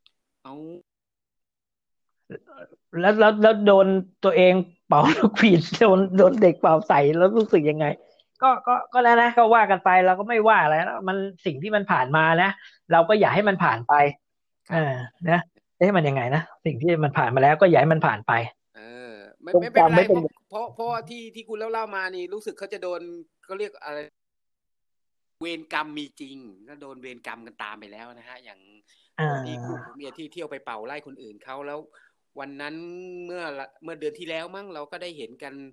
แล้วโดนตัวเองเป่านกหวีดโดนเด็กเป่าใส่แล้วรู้สึกยังไงก็แล้วนะก็ว่ากันไปเราก็ไม่ว่าอะไรแล้วมันสิ่งที่มันผ่านมานะเราก็อย่าให้มันผ่านไปนะมันยังไงนะสิ่งที่มันผ่านมาแล้วก็อย่าให้มันผ่านไปไม่เป็นไรเพราะที่คุณเล่ามานี่รู้สึกเขาจะโดนเขาเรียกอะไรเวรกรรมมีจริงก็โดนเวรกรรมกันตามไปแล้วนะฮะอย่างที่คู่ผัวเมียที่เที่ยวไปเป่าไล่คนอื่นเขาแล้ววันนั้นเมื่อเดือนที่แล้วมั้งเราก็ได้เห็นกัน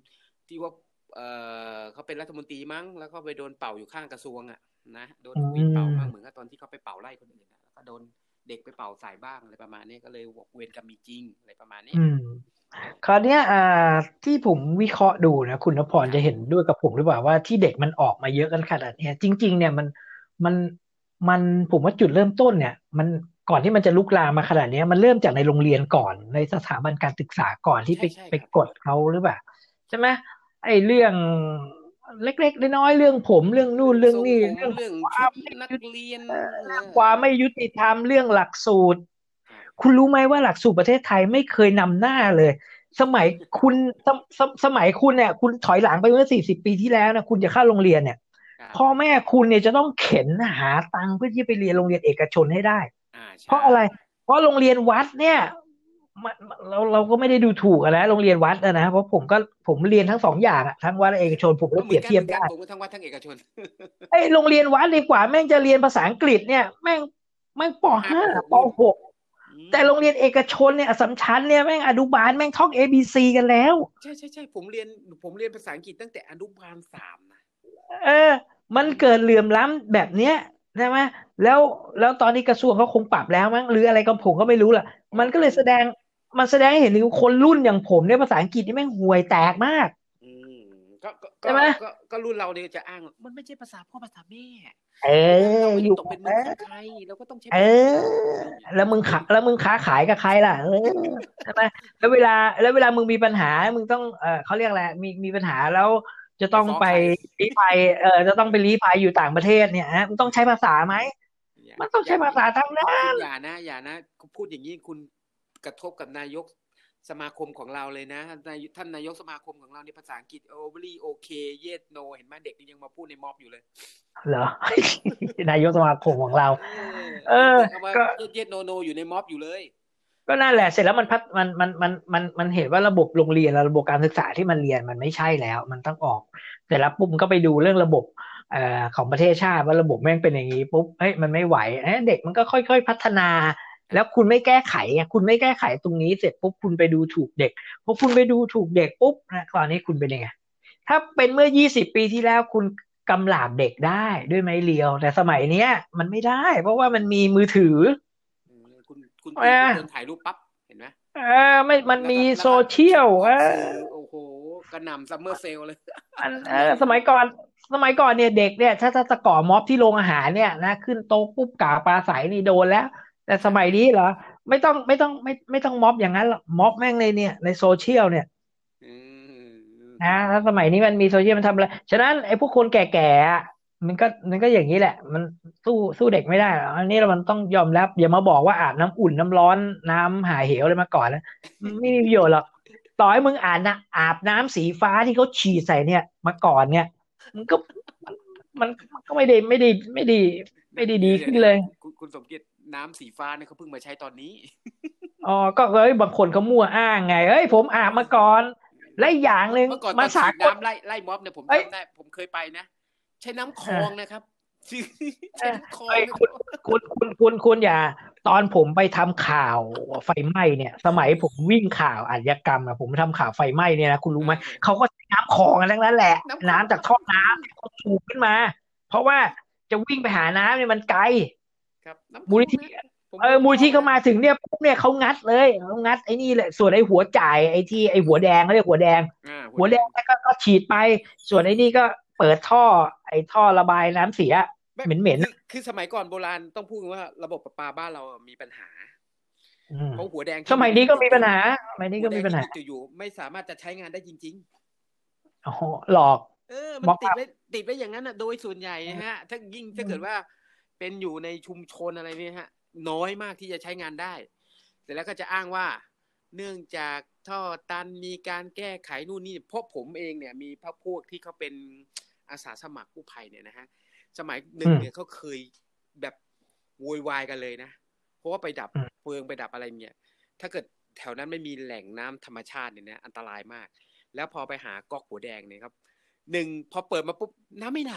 ที่ว่าเขาเป็นรัฐมนตรีมั้งแล้วก็ไปโดนเป่าอยู่ข้างกระทรวงอะนะโดนทวีตเป่าบ้างเหมือนกับตอนที่เขาไปเป่าไล่คนอื่นแล้วก็โดนเด็กไปเป่าใส่บ้างอะไรประมาณนี้ก็เลยเวรกรรมมีจริงอะไรประมาณนี้คราวเนี้ยที่ผมวิเคราะห์ดูนะคุณณพรจะเห็นด้วยกับผมหรือเปล่าว่าที่เด็กมันออกมาเยอะกันขนาดนี้จริงๆเนี่ยมันมันผมว่าจุดเริ่มต้นเนี่ยมันก่อนที่มันจะลุกลามมาขนาดนี้มันเริ่มจากในโรงเรียนก่อนในสถาบันการศึกษาก่อนที่ไปกดเขาหรือเปล่าใช่ไหมไอ้เรื่องเล็กๆน้อยๆเรื่องผมเรื่องนู่นเรื่องนี่เรื่องชุดนักเรียนความไม่ยุติธรรมเรื่องหลักสูตรคุณรู้ไหมว่าหลักสูตรประเทศไทยไม่เคยนำหน้าเลยสมัยคุณสมัยคุณเนี่ยคุณถอยหลังไปเมื่อ40 ปีที่แล้วนะคุณจะเข้าโรงเรียนเนี่ยพ่อแม่คุณเนี่ยจะต้องเข็นหาตังค์เพื่อที่ไปเรียนโรงเรียนเอกชนให้ได้เพราะอะไรเพราะโรงเรียนวัดเนี่ยเราก็ไม่ได้ดูถูกนะโรงเรียนวัดนะเพราะผมเรียนทั้งสองอย่างอะทั้งวัดและเอกชนผมก็เปรียบเทียบได้ผมก็ทั้งวัดทั้งเอกชนไอ้โรงเรียนวัดดีกว่าแม่งจะเรียนภาษาอังกฤษเนี่ยแม่งป.5 ป.6แต่โรงเรียนเอกชนเนี่ยอัสสัมชัญเนี่ยแม่งอนุบาลแม่งท่อง ABC กันแล้วใช่ผมเรียนภาษาอังกฤษตั้งแต่อนุบาล3นะมันเกิดเหลื่อมล้ำแบบเนี้ยใช่ไหมแล้วตอนนี้กระทรวงเขาคงปรับแล้วมั้งหรืออะไรก็ผมก็ไม่รู้ล่ะมันก็เลยแสดงให้เห็นถึงคนรุ่นอย่างผมเนี่ยภาษาอังกฤษนี่แม่งห่วยแตกมากใช่ไหมก็รุ่นเราเนี่ยจะอ้างมันไม่ใช่ภาษาพ่อภาษาแม่เราไม่ตกเป็นมือของใครเราก็ต้องใช้แล้วมึงค้าขายกับใครล่ะใช่ไหมแล้วเวลามึงมีปัญหามึงต้องเขาเรียกอะไรมีปัญหาแล้วจะต้องไปลี้ภัยจะต้องไปลี้ภัยอยู่ต่างประเทศเนี่ยมึงต้องใช้ภาษาไหมมันต้องใช้ภาษาทั้งนั้นอย่านะพูดอย่างนี้คุณกระทบกับนายกสมาคมของเราเลยนะท่านนายกสมาคมของเราในภาษาอังกฤษ overly okay yes no เห็นไหมเด็กนี่ยังมาพูดในม็อบอยู่เลยเหรอ นายกสมาคมของเราก็ yes no อยู่ในม็อบอยู่เลยก็นั่นแหละเสร็จแล้วมันเห็นว่าระบบโรงเรียนระบบการศึกษาที่มันเรียนมันไม่ใช่แล้วมันต้องออกแต่ละปุ๊บก็ไปดูเรื่องระบบของประเทศชาติว่าระบบแม่งเป็นอย่างนี้ปุ๊บเฮ้ยมันไม่ไหวเด็กมันก็ค่อยๆพัฒนาแล้วคุณไม่แก้ไขคุณไม่แก้ไขตรงนี้เสร็จปุ๊บคุณไปดูถูกเด็กพอคุณไปดูถูกเด็กปุ๊บนะตอนนี้คุณเป็นยังไงถ้าเป็นเมื่อ20 ปีที่แล้วคุณกำหลาบเด็กได้ด้วยไม้เรียวแต่สมัยเนี้ยมันไม่ได้เพราะว่ามันมีมือถือคุณโดนถ่ายรูปปั๊บเห็นไหมไม่มันมีโซเชียลโอ้โหกระหน่ำซัมเมอร์เซลเลยสมัยก่อนเนี่ยเด็กเนี่ยถ้าจะก่อม็อบที่โรงอาหารเนี่ยนะขึ้นโต๊ะปุ๊บกาปลาใสนี่โดนแล้วแต่สมัยนี้เหรอไม่ต้องม็อบอย่างนั้นหรอกม็อบแม่งในโซเชียลเนี่ยนะแล้วสมัยนี้มันมีโซเชียลมันทำอะไรฉะนั้นไอ้พวกคนแก่ๆมันก็อย่างนี้แหละมันสู้เด็กไม่ได้หรอกอันนี้มันต้องยอมรับอย่ามาบอกว่าอาบน้ำอุ่นน้ำร้อนน้ำหาเหวอะไรมาก่อนแล้วไม่มีประโยชน์หรอกต่อให้มึงอาบน้ำสีฟ้าที่เขาฉีดใส่เนี่ยมาก่อนเนี่ยมันก็ไม่ได้ดีขึ้นเลยคุณสมเกียรติน้ำสีฟ้าเนี่ยเขาเพิ่งมาใช้ตอนนี้ก็บางคนเขามั่วอ้างไงผมอาบมาก่อนและอย่างนึงมาสาดน้ำไล่ม็อบเนี่ยผมจำได้ผมเคยไปนะใช้น้ำคลองนะครับใช้น้ำคลองคุณอย่าตอนผมไปทำข่าวไฟไหม้เนี่ยสมัยผมวิ่งข่าวอาชญากรรมผมทำข่าวไฟไหม้เนี่ยนะคุณรู้ไหมเขาก็ใช้น้ำคลองกันทั้งนั้นแหละน้ำจากท่อน้ำเขาสูบขึ้นมาเพราะว่าจะวิ่งไปหาน้ำเนี่ยมันไกลมูลนิธิเขามาถึงเนี่ยปุ๊บเนี่ยเขางัดเลยเขางัดไอ้นี่แหละส่วนไอ้หัวจ่ายไอ้หัวแดงเขาเรียกหัวแดงก็ฉีดไปส่วนไอ้นี่ก็เปิดท่อระบายน้ำเสียเหม็นคือสมัยก่อนโบราณต้องพูดว่าระบบประปาบ้านเรามีปัญหาเพราะหัวแดงสมัยนี้ก็มีปัญหาอยู่ไม่สามารถจะใช้งานได้จริงๆอ๋อหลอกมันติดไว้อย่างนั้นนะโดยส่วนใหญ่ฮะถ้าเกิดว่าเป็นอยู่ในชุมชนอะไรเนี่ยฮะน้อยมากที่จะใช้งานได้แต่แล้วก็จะอ้างว่าเนื่องจากท่อตันมีการแก้ไขนู่นนี่เพราะผมเองเนี่ยมีพวกที่เขาเป็นอาสาสมัครกู้ภัยเนี่ยนะฮะสมัยหนึ่งเนี่ยเขาเคยแบบโวยวายกันเลยนะเพราะว่าไปดับเฟืองไปดับอะไรเนี่ยถ้าเกิดแถวนั้นไม่มีแหล่งน้ำธรรมชาติเนี่ยนะอันตรายมากแล้วพอไปหาก๊อกหัวแดงเนี่ยครับพอเปิดมาปุ๊บน้ำไม่ไหล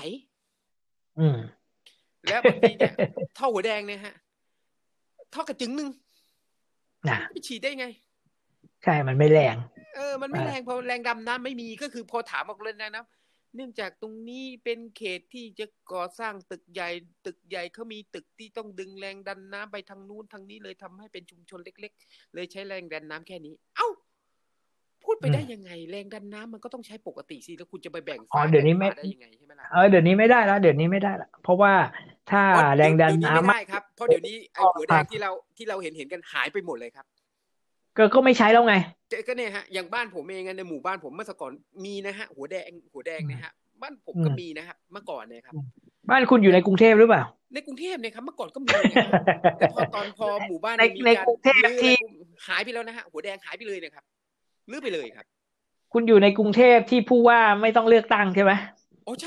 แล้วบางทีเนี่ยท่อหัวแดงเนี่ยฮะท่อกระจึงนึงไปฉีดได้ไงใช่มันไม่แรงมันไม่แรงพอแรงดำน้ำไม่มีก็คือพอถามออกเลยนะเนื่องจากตรงนี้เป็นเขตที่จะก่อสร้างตึกใหญ่เขามีตึกที่ต้องดึงแรงดันน้ำไปทางนู้นทางนี้เลยทำให้เป็นชุมชนเล็กๆเลยใช้แรงดันน้ำแค่นี้เอ้าพูดไปได้ยังไงแรงดันน้ำมันก็ต้องใช้ปกติสิแล้วคุณจะไปแบ่งเดี๋ยวนี้ไม่ได้ยังไงใช่ไหมล่ะเดี๋ยวนี้ไม่ได้แล้วเดี๋ยวนี้ไม่ได้ละเพราะว่าถ้าแรงดันน้ำไม่ได้ครับเพราะเดี๋ยวนี้ไอ้หัวแดงที่เราเห็นกันหายไปหมดเลยครับก็ไม่ใช้แล้วไงก็เนี่ยฮะอย่างบ้านผมเองในหมู่บ้านผมเมื่อก่อนมีนะฮะหัวแดงนะฮะบ้านผมก็มีนะครับเมื่อก่อนเนี่ยครับบ้านคุณอยู่ในกรุงเทพหรือเปล่าในกรุงเทพเนี่ยครับเมื่อก่อนก็มีนะครับแต่พอหมู่บ้านมีการกรุงเทพที่หายไปแล้วนะฮะหัวแดงหายไปเลยนะครับลื้อไปเลยครับคุณอยู่ในกรุงเทพที่ผู้ว่าไม่ต้องเลือกตั้งใช่ไหมโอ้ใช่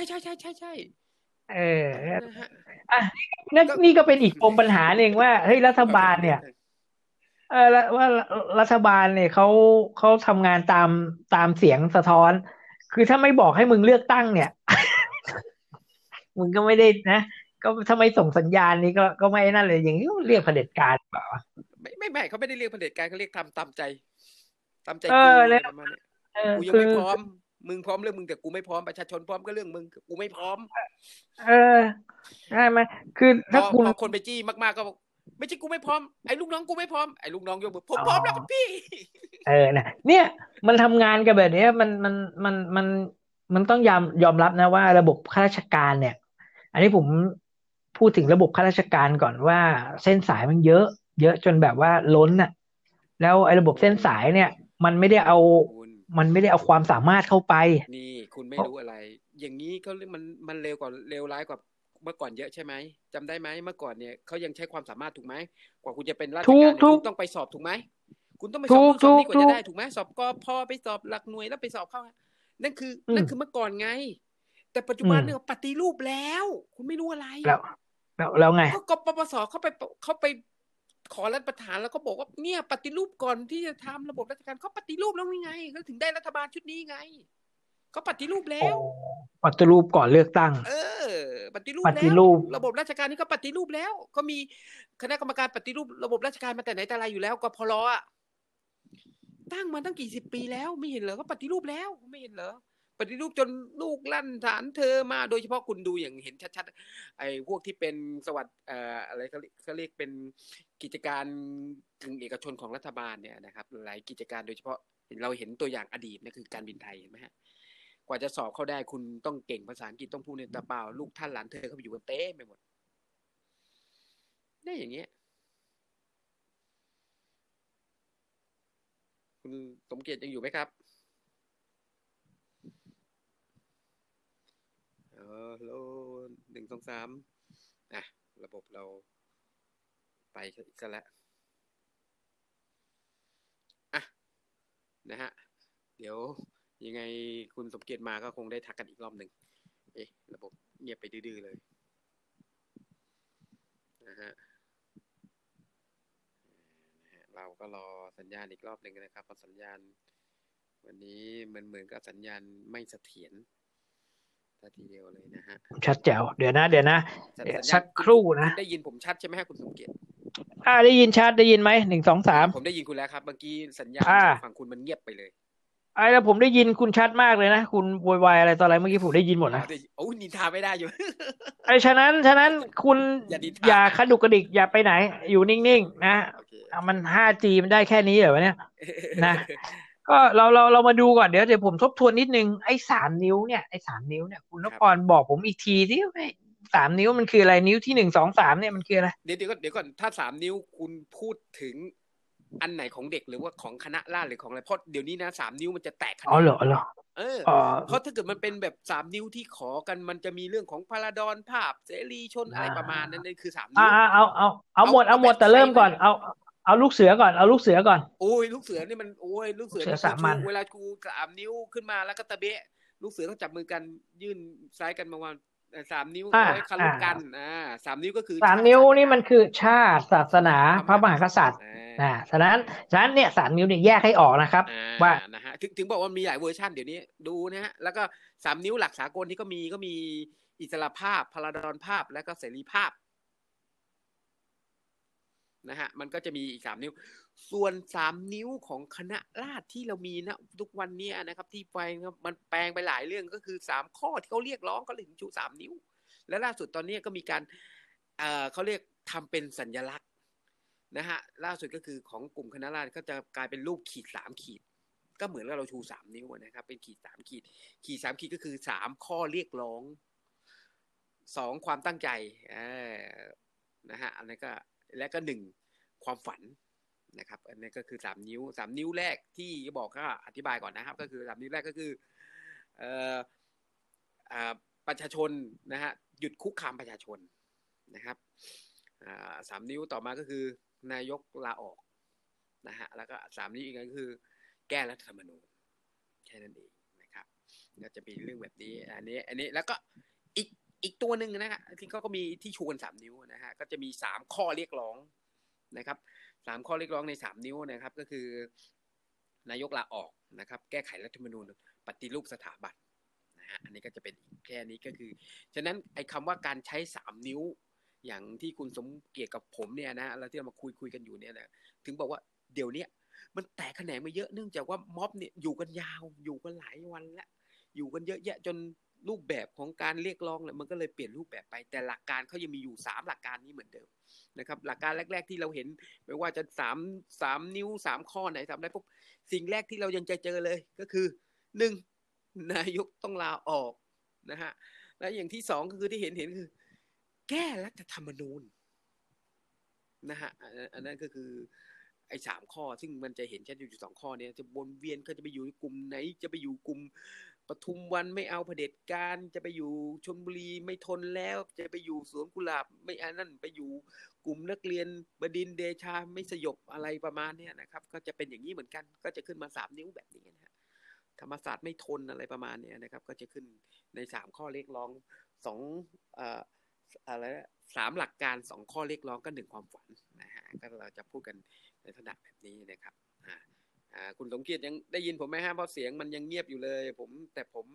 นี่ก็เป็นอีกปมปัญหาหนึ่งว่าเฮ้ยรัฐบาลเนี่ยว่ารัฐบาลเนี่ยเขาทำงานตามเสียงสะท้อนคือถ้าไม่บอกให้มึงเลือกตั้งเนี่ย มึงก็ไม่ได้นะก็ถ้าไม่ส่งสัญญาณนี้ก็ไม่นั่นเลยอย่างนี้เรียกเผด็จการเปล่าไม่เขาไม่ได้เรียกเผด็จการเขาเรียกทำตามใจกูประมาณนี้กูยังไม่พร้อมมึงพร้อมเรื่องมึงแต่กูไม่พร้อมประชาชนพร้อมก็เรื่องมึงกูไม่พร้อมใช่ไหมคือถ้าคุณคนไปจี้มากๆก็ไม่ใช่กูไม่พร้อมไอ้ลูกน้องกูไม่พร้อมไอ้ลูกน้องยกมือผมพร้อมแล้วครับพี่เนี่ยมันทำงานกันแบบนี้มันต้องยอมรับนะว่าระบบข้าราชการเนี่ยอันนี้ผมพูดถึงระบบข้าราชการก่อนว่าเส้นสายมันเยอะจนแบบว่าล้นน่ะแล้วไอ้ระบบเส้นสายเนี่ยมันไม่ได้เอาความสามารถเข้าไปนี่คุณไม่รู้อะไรอย่างนี้เขาเรียกมันเลวร้ายกว่าเมื่อก่อนเยอะใช่ไหมจำได้ไหมเมื่อก่อนเนี่ยเขายังใช้ความสามารถถูกไหมกว่าคุณจะเป็นราชการคุณต้องไปสอบถูกไหมคุณต้องไปสอบนี่กว่าจะได้ถูกไหมสอบกพไปสอบหลักหน่วยแล้วไปสอบเข้านั่นคือเมื่อก่อนไงแต่ปัจจุบันเนี่ยปฏิรูปแล้วคุณไม่รู้อะไรแล้วไงก็ปปสเขาไปขอรัฐประหารแล้วก็บอกว่าเนี่ยปฏิรูปก่อนที่จะทำระบบราชการเขาปฏิรูปแล้วนี่ไงเขาถึงได้รัฐบาลชุดนี้ไงเขาปฏิรูปแล้วปฏิรูปก่อนเลือกตั้งปฏิรูปแล้วระบบราชการนี่ก็ปฏิรูปแล้วก็มีคณะกรรมการปฏิรูประบบราชการมาแต่ไหนแต่ไรอยู่แล้วกพร.ตั้งมาตั้งกี่สิบปีแล้วไม่เห็นเหรอก็ปฏิรูปแล้วไม่เห็นเหรอปฏิรูปจนลูกลั่นฐานเธอมาโดยเฉพาะคุณดูอย่างเห็นชัดๆไอ้พวกที่เป็นสวัสดิ์อะไรเขาเรียกเป็นกิจการกึ่งเอกชนของรัฐบาลเนี่ยนะครับหลายกิจการโดยเฉพาะเราเห็นตัวอย่างอดีตนะคือการบินไทยเห็นไหมฮะกว่าจะสอบเข้าได้คุณต้องเก่งภาษาอังกฤษต้องพูดในตาเปล่าลูกท่านหลานเธอเขาไปอยู่กันเต้ไปหมดได้อย่างเงี้ยคุณสมเกียรติยังอยู่ไหมครับโล1 2 3ระบบเราไปอีกซะแล้วนะฮะเดี๋ยวยังไงคุณสมเกียรติมาก็คงได้ทักกันอีกรอบหนึ่งระบบเงียบไปดื้อๆเลยนะฮะเราก็รอสัญญาณอีกรอบหนึ่งนะครับเพราะสัญญาณวันนี้เหมือนกับสัญญาณไม่เสถียรทีเดียวเลยนะฮะชัดแจ๋วเดี๋ยวนะสักครู่นะได้ยินผมชัดใช่ไหมฮะคุณสมเกียรติได้ยินชัดได้ยินไหม1 2 3 ผมได้ยินคุณแล้วครับเมื่อกี้สัญญาณฝั่งคุณมันเงียบไปเลยแล้วผมได้ยินคุณชัดมากเลยนะคุณโวยวายอะไรตอนอะไรเมื่อกี้ผมได้ยินหมดนะโอ้นินทาไม่ได้อยู่ฉะนั้นคุณอย่าขดุกกระดิกอย่าไปไหนอยู่นิ่งๆนะมัน 5G มันได้แค่นี้เหรอวะเนี่ยนะก็เรามาดูก่อนเดี๋ยวผมทบทวนนิดนึงไอ้3 นิ้วเนี่ยคุณนพพรบอกผมอีกทีที่3 นิ้วมันคืออะไรนิ้วที่1 2 3เนี่ยมันคืออะไรเดี๋ยวก่อนถ้า3 นิ้วคุณพูดถึงอันไหนของเด็กหรือว่าของคณะราษฎรหรือของอะไรเพราะเดี๋ยวนี้นะ3 นิ้วมันจะแตกคะแนนเหรอเพราะถ้าเกิดมันเป็นแบบ3 นิ้วที่ขอกันมันจะมีเรื่องของพลาดอนภาพเสรีชนอะไรประมาณนั้นนั่นคือ3 นิ้วเอาหมดแต่เริ่มก่อนเอาลูกเสือก่อนโอ้ยลูกเสือนี่มันลูกเสือสามัญเวลากู3 นิ้วขึ้นมาแล้วก็ตะเบะลูกเสือต้องจับมือกันยื่นซ้ายกันมาวาง3 นิ้วไว้คารุกัน3 นิ้วก็คือ 3 นิ้วนี่มันคือชาติศาสนาพระมหากษัตริย์ฉะนั้นเนี่ย3 นิ้วเนี่ยแยกให้ออกนะครับว่านะฮะถึงบอกว่ามีหลายเวอร์ชันเดี๋ยวนี้ดูนะฮะแล้วก็3 นิ้วหลักสากลที่ก็มีอิสรภาพพลาดอนภาพและก็เสรีภาพนะฮะมันก็จะมีอีก3 นิ้วส่วน3 นิ้วของคณะราษฎรที่เรามีนะทุกวันนี้นะครับที่ไปมันแปลงไปหลายเรื่องก็คือ3 ข้อที่เขาเรียกร้องเขาเลยถึงชู3 นิ้วและล่าสุดตอนนี้ก็มีการเขาเรียกทำเป็นสัญลักษณ์นะฮะล่าสุดก็คือของกลุ่มคณะราษฎรก็จะกลายเป็นรูปขีด3 ขีดก็เหมือนกับเราชู3 นิ้วนะครับเป็นขีด3 ขีดขีด3 ขีดก็คือ3 ข้อเรียกร้อง2 ความตั้งใจนะฮะอันนี้ก็และก็1 ความฝันนะครับอันนี้ก็คือ3 นิ้ว3 นิ้วแรกที่บอกก็อธิบายก่อนนะครับก็คือ3 นิ้วแรกก็คือประชาชนนะฮะหยุดคุกคามประชาชนนะครับ3 นิ้วต่อมาก็คือนายกลาออกนะฮะแล้วก็3 นิ้วอีกก็คือแก้รัฐธรรมนูญแค่นั้นเองนะครับก็จะมีเรื่องแบบนี้อันนี้แล้วก็อีกตัวหนึ่งนะฮะที่เขาก็มีที่ชูกัน3 นิ้วนะฮะก็จะมี3 ข้อเรียกร้องนะครับ3 ข้อเรียกร้องใน3 นิ้วนะครับก็คือนายกลาออกนะครับแก้ไขรัฐธรรมนูญปฏิรูปสถาบันนะฮะอันนี้ก็จะเป็นแค่นี้ก็คือฉะนั้นไอ้คำว่าการใช้3 นิ้วอย่างที่คุณสมเกียรติกับผมเนี่ยนะแล้วที่เรามาคุยกันอยู่เนี่ยนะถึงบอกว่าเดี๋ยวนี้มันแตกแขนงมาเยอะเนื่องจากว่าม็อบเนี่ยอยู่กันยาวอยู่กันหลายวันแล้วอยู่กันเยอะแยะจนรูปแบบของการเรียกร้องเนี่ยมันก็เลยเปลี่ยนรูปแบบไปแต่หลักการเขายังมีอยู่3 หลักการนี้เหมือนเดิมนะครับหลักการแรกๆที่เราเห็นไม่ว่าจะ3 นิ้ว3 ข้อไหนทำได้ปุ๊บสิ่งแรกที่เรายังจะเจอเลยก็คือ1นายกต้องลาออกนะฮะและอย่างที่2ก็คือที่เห็นคือแก้รัฐธรรมนูญนะฮะอันนั้นก็คือไอ้3 ข้อซึ่งมันจะเห็นชัดอยู่2 ข้อนี้จะวนเวียนเขาจะไปอยู่กลุ่มไหนจะไปอยู่กลุ่มปทุมวันไม่เอาเผด็จการจะไปอยู่ชลบุรีไม่ทนแล้วจะไปอยู่สวนกุหลาบไม่อันนั้นไปอยู่กลุ่มนักเรียนบดินทร์เดชาไม่สยบอะไรประมาณนี้นะครับก็จะเป็นอย่างนี้เหมือนกันก็จะขึ้นมา3 นิ้วแบบนี้นะฮะธรรมศาสตร์ไม่ทนอะไรประมาณนี้นะครับก็จะขึ้นใน3 ข้อเรียกร้องอะไร3 หลักการ2 ข้อเรียกร้องก็1 ความฝันนะฮะก็เราจะพูดกันในลักษณะแบบนี้นะครับคุณสมเกียรติยังได้ยินผมไหมฮะเพราะเสียงมันยังเงียบอยู่เลยแต่ผม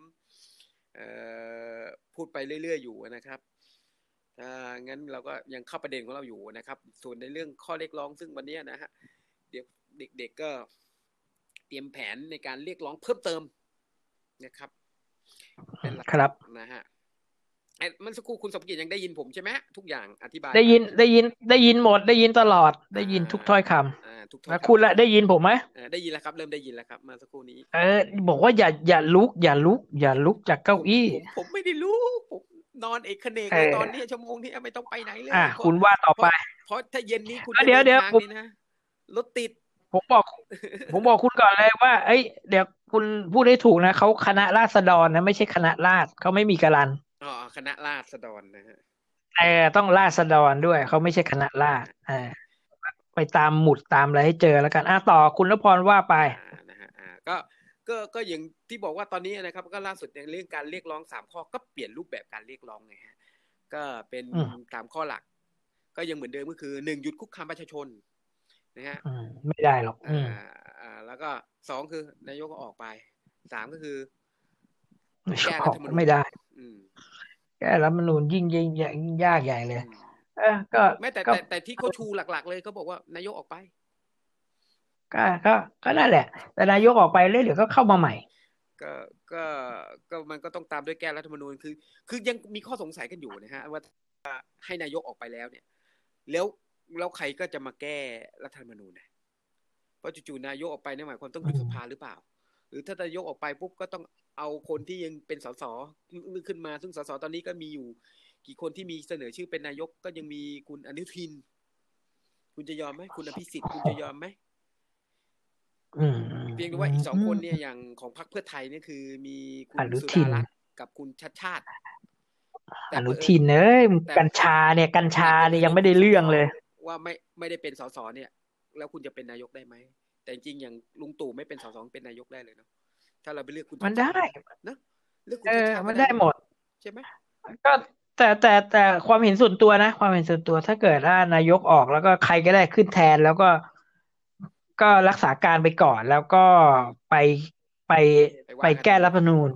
พูดไปเรื่อยๆอยู่นะครับงั้นเราก็ยังเข้าประเด็นของเราอยู่นะครับส่วนในเรื่องข้อเรียกร้องซึ่งวันนี้นะฮะเดี๋ยวเด็กๆก็เตรียมแผนในการเรียกร้องเพิ่มเติมนะครับเป็นหลักนะฮะมันสักครู่คุณสมเกียรติยังได้ยินผมใช่ไหมทุกอย่างอธิบายได้ยินหมดได้ยินตลอดได้ยินทุกถ้อยคำแล้วคุณละได้ยินผมไหมได้ยินแล้วครับเริ่มได้ยินแล้วครับมาสักครู่นี้บอกว่าอย่าลุกจากเก้าอี้ผมไม่ได้ลุกผมนอนเอกเนกเลยตอนนี้ชั่วโมงนี้ไม่ต้องไปไหนเลยคุณว่าต่อไปเพราะถ้าเย็นนี้คุณเดี๋ยวนะรถติดผมบอกคุณก่อนเลยว่าเดี๋ยวคุณพูดให้ถูกนะเขาคณะราษฎรนะไม่ใช่คณะราษฎรเขาไม่มีการันคณะราษฎรนะฮะต้องราษฎรด้วยเขาไม่ใช่คณะราษฎรไปตามหมุดตามอะไรให้เจอแล้วกันต่อคุณณพรว่าไปนะฮะก็อย่างที่บอกว่าตอนนี้นะครับก็ล่าสุดในเรื่องการเรียกร้อง3 ข้อก็เปลี่ยนรูปแบบการเรียกร้องไงฮะก็เป็น3 ข้อหลักก็ยังเหมือนเดิมก็คือ1หยุดคุกคามประชาชนนะฮะไม่ได้หรอกแล้วก็2คือนายกออกไป3ก็คือแก้รัฐธรรมนูญไม่ได้แก้รัฐธรรมนูญยิ่งยากใหญ่เลยก็ไม่แต่ที่เขาชูหลักๆเลยเขาบอกว่านายกออกไปก็นั่นแหละแต่นายกออกไปเลยเดี๋ยวก็เข้ามาใหม่ก็มันก็ต้องตามด้วยแก้รัฐธรรมนูญคือยังมีข้อสงสัยกันอยู่นะฮะว่าให้นายกออกไปแล้วเนี่ยแล้วใครก็จะมาแก้รัฐธรรมนูญเนี่ยเพราะจู่ๆนายกออกไปเนี่ยหมายความต้องยุบสภาหรือเปล่าหรือถ้านายกออกไปปุ๊บก็ต้องเอาคนที่ยังเป็นสสขึ้นมาซึ่งสสตอนนี้ก็มีอยู่กี่คนที่มีเสนอชื่อเป็นนายกก็ยังมีคุณอนุทินคุณจะยอมไหมคุณอภิสิทธิ์คุณจะยอมไหมเพียงแต่ว่าอีก2 คนเนี่ยอย่างของพรรคเพื่อไทยเนี่ยคือมีคุณสุดารัตน์กับคุณชัชชาติอนุทินกัญชาเนี่ยยังไม่ได้เรื่องเลยว่าไม่ได้เป็นสสเนี่ยแล้วคุณจะเป็นนายกได้ไหมแต่จริงอย่างลุงตู่ไม่เป็นสสเป็นนายกได้เลยเนาะถ้าเราไปเลือกคุณมันได้นะเลือกคุณชัชชาติมันได้หมดใช่ไหมก็แต่ความเห็นส่วนตัวนะความเห็นส่วนตัวถ้าเกิดว่านายกออกแล้วก็ใครก็ได้ขึ้นแทนแล้วก็รักษาการไปก่อนแล้วก็ไปแก้รัฐธรรมนูญ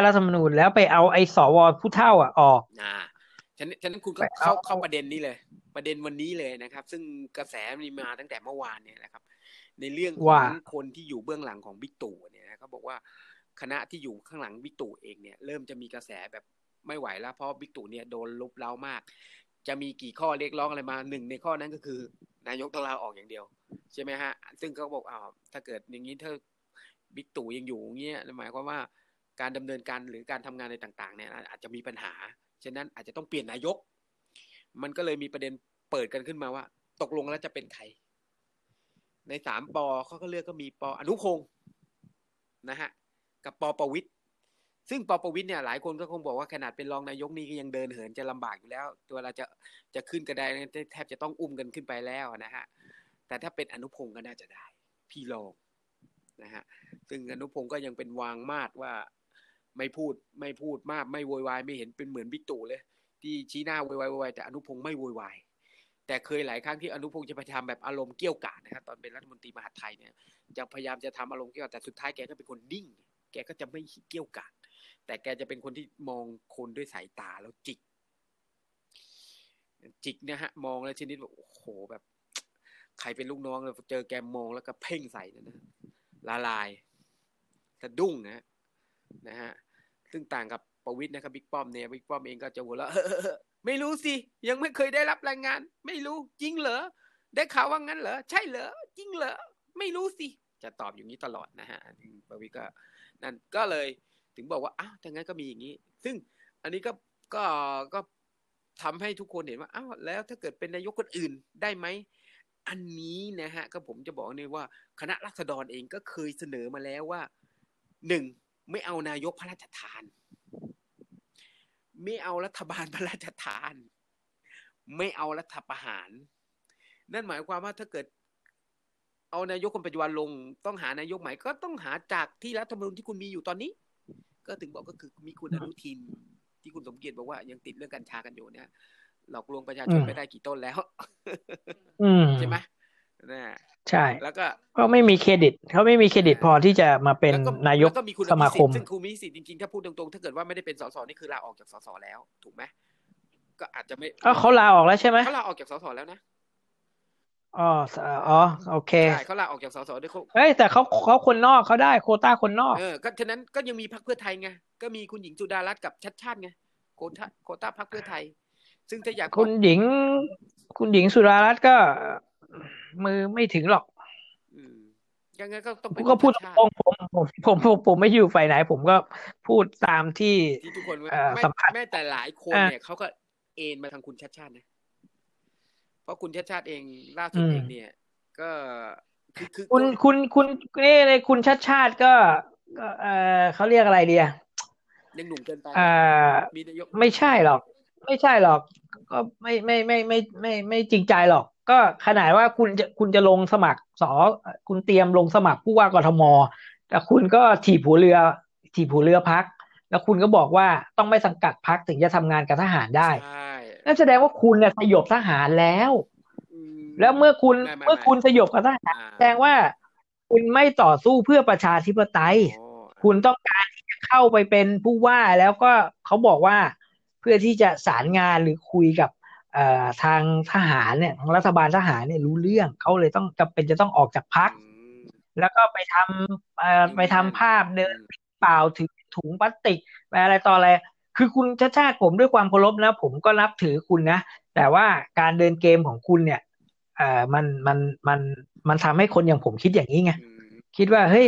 แล้วไปเอาไอ้สวผู้เฒ่าออกฉะนั้นคุณก็เข้าประเด็นนี้เลยปประเด็นวันนี้เลยนะครับซึ่งกระแสมีมาตั้งแต่เมื่อวานเนี่ยนะครับในเรื่องขอว่างคนที่อยู่เบื้องหลังของบิ๊กตู่เนี่ยเขาบอกว่าคณะที่อยู่ข้างหลังบิ๊กตู่เองเนี่ยเริ่มจะมีกระแสแบบไม่ไหวแล้วเพราะบิ๊กตู่เนี่ยโดนลุบเล้ามากจะมีกี่ข้อเรียกร้องอะไรมาหนึ่งในข้อนั้นก็คือนายกต้องลาออกอย่างเดียวใช่ไหมฮะซึ่งเขาบอกถ้าเกิดอย่างนี้ถ้าบิ๊กตู่ยังอยู่อย่างเงี้ยหมายความว่าการดำเนินการหรือการทำงานในต่างๆเนี่ยอาจจะมีปัญหาฉะนั้นอาจจะต้องเปลี่ยนนายกมันก็เลยมีประเด็นเปิดกันขึ้นมาว่าตกลงแล้วจะเป็นใครใน3 ป.เขาก็เลือกก็มีป.อนุพงศ์นะฮะกับป.ประวิตรซึ่งป.ประวิตรเนี่ยหลายคนก็คงบอกว่าขนาดเป็นรองนายกนี่ก็ยังเดินเหินจะลำบากอยู่แล้วตัวเราจะขึ้นกระไดแทบจะต้องอุ้มกันขึ้นไปแล้วนะฮะแต่ถ้าเป็นอนุพงศ์ก็น่าจะได้พี่รองนะฮะซึ่งอนุพงศ์ก็ยังเป็นวางมาดว่าไม่พูดมากไม่โวยวายไม่เห็นเป็นเหมือนบิ๊กตู่เลยที่ชี้หน้าโวยวายแต่อนุพงศ์ไม่โวยวายแต่เคยหลายครั้งที่อนุพงศ์จะพยายามแบบอารมณ์เกี้ยวกาดนะครับตอนเป็นรัฐมนตรีมหาดไทยเนี่ยจะพยายามจะทำอารมณ์เกี้ยวแต่สุดท้ายแกก็เป็นคนนิ่งแกก็จะไม่เกี้ยวกาดแต่แกจะเป็นคนที่มองคนด้วยสายตาแล้วจิกนะฮะมองแล้วชนิดแบบโอ้โหแบบใครเป็นลูกน้องแล้วเจอแกมองแล้วก็เพ่งใส่นะละลายสะดุ้งนะฮะซึ่งต่างกับประวิตรนะครับบิ๊กป้อมเนี่ยบิ๊กป้อมเองก็จะหัวเราะไม่รู้สิยังไม่เคยได้รับรายงานไม่รู้จริงเหรอได้ข่าวว่างั้นเหรอใช่เหรอจริงเหรอไม่รู้สิจะตอบอย่างนี้ตลอดนะฮะประวิตรก็นั่นก็เลยถึงบอกว่าถ้างั้นก็มีอย่างนี้ซึ่งอันนี้ก็ทำให้ทุกคนเห็นว่าแล้วถ้าเกิดเป็นนายกคนอื่นได้ไหมอันนี้นะฮะก็ผมจะบอกเลยว่าคณะราษฎรเองก็เคยเสนอมาแล้วว่า1ไม่เอานายกพระราชทานไม่เอารัฐบาลพระราชทานไม่เอารัฐประหารนั่นหมายความว่าถ้าเกิดเอานายกคนปัจจุบันลงต้องหานายกใหม่ก็ต้องหาจากที่รัฐธรรมนูญที่คุณมีอยู่ตอนนี้ก็ถึงบอกก็คือมีคุณอนุทินที่คุณสมเกียรติบอกว่ายังติดเรื่องกัญชากันอยู่เนี่ยหลอกลวงประชาชนไปได้กี่ต้นแล้วใช่ไหมใช่แล้วก็ไม่มีเครดิตเขาไม่มีเครดิตพอที่จะมาเป็นนายกสมาคมซึ่งคุณมีสิทธิ์จริงๆถ้าพูดตรงๆถ้าเกิดว่าไม่ได้เป็นสสนี่คือลาออกจากสสแล้วถูกไหมก็อาจจะไม่เขาลาออกแล้วใช่ไหมเขาลาออกจากสสแล้วนะโอเคใช่เขาลาออกจากสสด้วยแต่เขาคนนอกเขาได้โควต้าคนนอกก็ฉะนั้นก็ยังมีพรรคเพื่อไทยไงก็มีคุณหญิงสุดารัตน์กับชัชชาติไงโควต้าพรรคเพื่อไทยซึ่งถ้าอยากคุณหญิงสุดารัตน์ก็มือไม่ถึงหรอกยังไงก็ต้องก็พูดตรงผมไม่อยู่ฝ่ายไหนผมก็พูดตามที่ทุกคนสัมภาษณ์แม้แต่หลายคนเนี่ยเขาก็เอ็นมาทางคุณชัชชาตินะเพราะคุณชัชชาติเองล่าสุดเองเนี่ยก็คือคุณชัชชาติก็เขาเรียกอะไรดียังหนุ่มเกินไปมีนายกไม่ใช่หรอกก็ไม่จริงใจหรอกก็ขนาดว่าคุณจะลงสมัครคุณเตรียมลงสมัครผู้ว่ากทมแต่คุณก็ถีบหัวเรือพรรคแล้วคุณก็บอกว่าต้องไม่สังกัดพรรคถึงจะทำงานกับทหารได้นั่นแสดงว่าคุณเนี่ยสยบทหารแล้วเมื่อคุณสยบกับทหารแสดงว่าคุณไม่ต่อสู้เพื่อประชาธิปไตยคุณต้องการที่จะเข้าไปเป็นผู้ว่าแล้วก็เขาบอกว่าเพื่อที่จะสารงานหรือคุยกับทางทหารเนี่ยทางรัฐบาลทหารเนี่ยรู้เรื่องเขาเลยต้องจำเป็นจะต้องออกจากพรรคแล้วก็ไปทำภาพเดินเปล่าถือถุงพลาสติกไปอะไรต่ออะไรคือคุณชัชชาติผมด้วยความเคารพนะผมก็นับถือคุณนะแต่ว่าการเดินเกมของคุณเนี่ยมันทำให้คนอย่างผมคิดอย่างนี้ไงคิดว่าเฮ้ย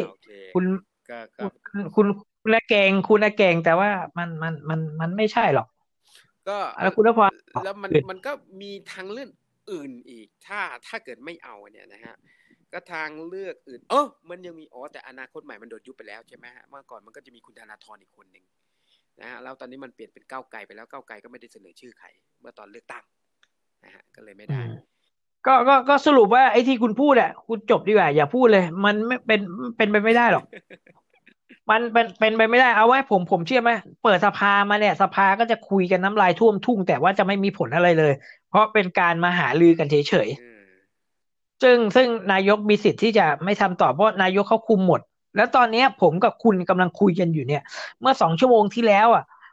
คุณน่ะเก่งแต่ว่ามันไม่ใช่หรอกก็แล้วคุณพรแล้วมันก็มีทางเลือกอื่นอีกถ้าเกิดไม่เอาเนี่ยนะฮะก็ทางเลือกอื่นมันยังมีแต่อนาคตใหม่มันโดนยุบไปแล้วใช่ไหมฮะเมื่อก่อนมันก็จะมีคุณธนาธรอีกคนหนึ่งนะฮะแล้วตอนนี้มันเปลี่ยนเป็นก้าวไกลไปแล้วก้าวไกลก็ไม่ได้เสนอชื่อใครเมื่อตอนเลือกตั้งนะฮะก็เลยไม่ได้ก็สรุปว่าไอ้ที่คุณพูดคุณจบดีกว่าอย่าพูดเลยมันไม่เป็นไปไม่ได้หรอกมันเป็นไปไม่ได้เอาไว้ผมเชื่อไหมเปิดสภามาเนี่ยสภาก็จะคุยกันน้ำลายท่วมทุ่งแต่ว่าจะไม่มีผลอะไรเลยเพราะเป็นการมาหารือกันเฉยๆซึ่งนายกมีสิทธิ์ที่จะไม่ทำต่อเพราะนายกเขาคุมหมดแล้วตอนนี้ผมกับคุณกำลังคุยกันอยู่เนี่ยเมื่อ2 ชั่วโมงที่แล้ว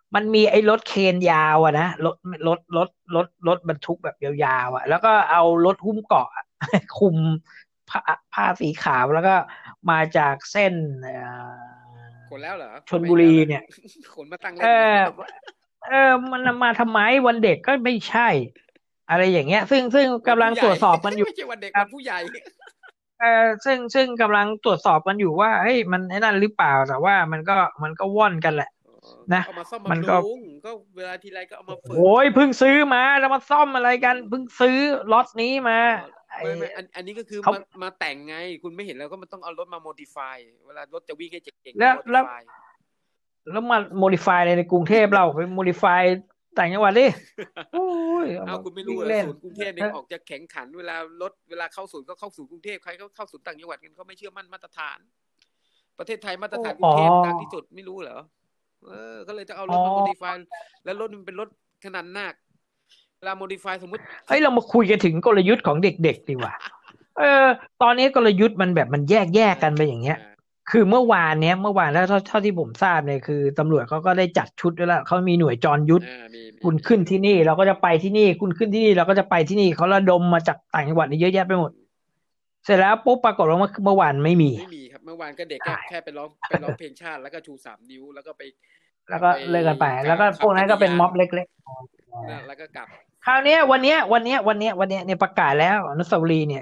มันมีไอ้รถเครนยาวอะนะรถบรรทุกแบบยาวๆอะแล้วก็เอารถหุ้มเกาะคลุมผ้าสีขาวแล้วก็มาจากเส้นขนแล้วเหรอชลบุรีเนี่ยขนมาตั้งเอเล่นมันมาทำไมวันเด็กก็ไม่ใช่อะไรอย่างเงี้ยซึ่งกำลังตรวจสอบมันอยู่ไม่ใช่วันเด็กวันผู้ใหญ่ซึ่งกำลังตรวจสอบกันอยู่ว่าเฮ้ยมันไอ้นั่นหรือเปล่าแต่ว่ามันก็ว่อนกันแหละนะเอามาซ่อมมันบำก็รุงก็เวลาทีไรก็เอามาฝึกโอ้ยเพิ่งซื้อมาแล้วมาซ่อมอะไรกันเพิ่งซื้อล็อตนี้มาไม่อันนี้ก็คือมาแต่งไงคุณไม่เห็นแล้วก็มันต้องเอารถมาโมดิฟายเวลารถจะวิ่งให้เจ๋งๆแล้วมาโมดิฟายในกรุงเทพเราไปโมดิฟายต่างจังหวัดดิโอ้ยเอาคุณไม่รู้เหรอศูนย์กรุงเทพเนี่ยออกจะแข่งขันเวลาเข้าศูนย์ก็เข้าศูนย์กรุงเทพใครก็เข้าศูนย์ต่างจังหวัดกันเขาไม่เชื่อมั่นมาตรฐานประเทศไทยมาตรฐานกรุงเทพดังที่สุดไม่รู้เหรอก็เลยจะเอารถมาโมดิฟายแล้วรถมันเป็นรถขนาดหนักเวลาโมดิฟายสมมติเฮ้ยเรามาคุยกันถึงกลยุทธ์ของเด็กๆดีกว่าตอนนี้กลยุทธ์มันแบบมันแยกกันไปอย่างเงี้ยคือเมื่อวานแล้วเท่าที่ผมทราบเนี่ยคือตำรวจเขาก็ได้จัดชุดไว้แล้วเขามีหน่วยจรยุทธคุณขึ้นที่นี่เราก็จะไปที่นี่คุณขึ้นที่นี่เราก็จะไปที่นี่เขาระดมมาจากต่างจังหวัดนี่เยอะแยะไปหมดเสร็จแล้วปุ๊บปรากฏว่าเมื่อวานไม่มีครับเมื่อวานก็เด็กแค่ไปร้องเพลงชาติแล้วก็ชู3 นิ้วแล้วก็เลิกกันไปแล้วก็พวกนั้นก็เป็นม็อบเล็กๆแล้วก็กลับคราวนี้วันนี้เนี่ยประกาศแล้วอนุสาวรีย์เนี่ย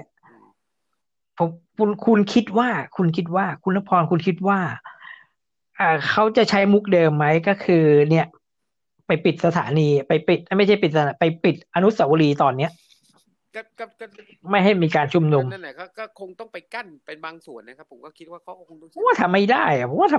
คุณคิดว่าคุณณพรคุณคิดว่าเขาจะใช้มุกเดิมไหมก็คือเนี่ยไปปิดสถานีไปปิดไม่ใช่ปิดสถานีไปปิดอนุสาวรีย์ตอนเนี้ยก็ไม่ให้มีการชุมนุมนั่นแหละก็คงต้องไปกั้นเป็นบางส่วนนะครับผมก็คิดว่าเขาคงต้องผมว่าทำไม่ได้อะผมว่า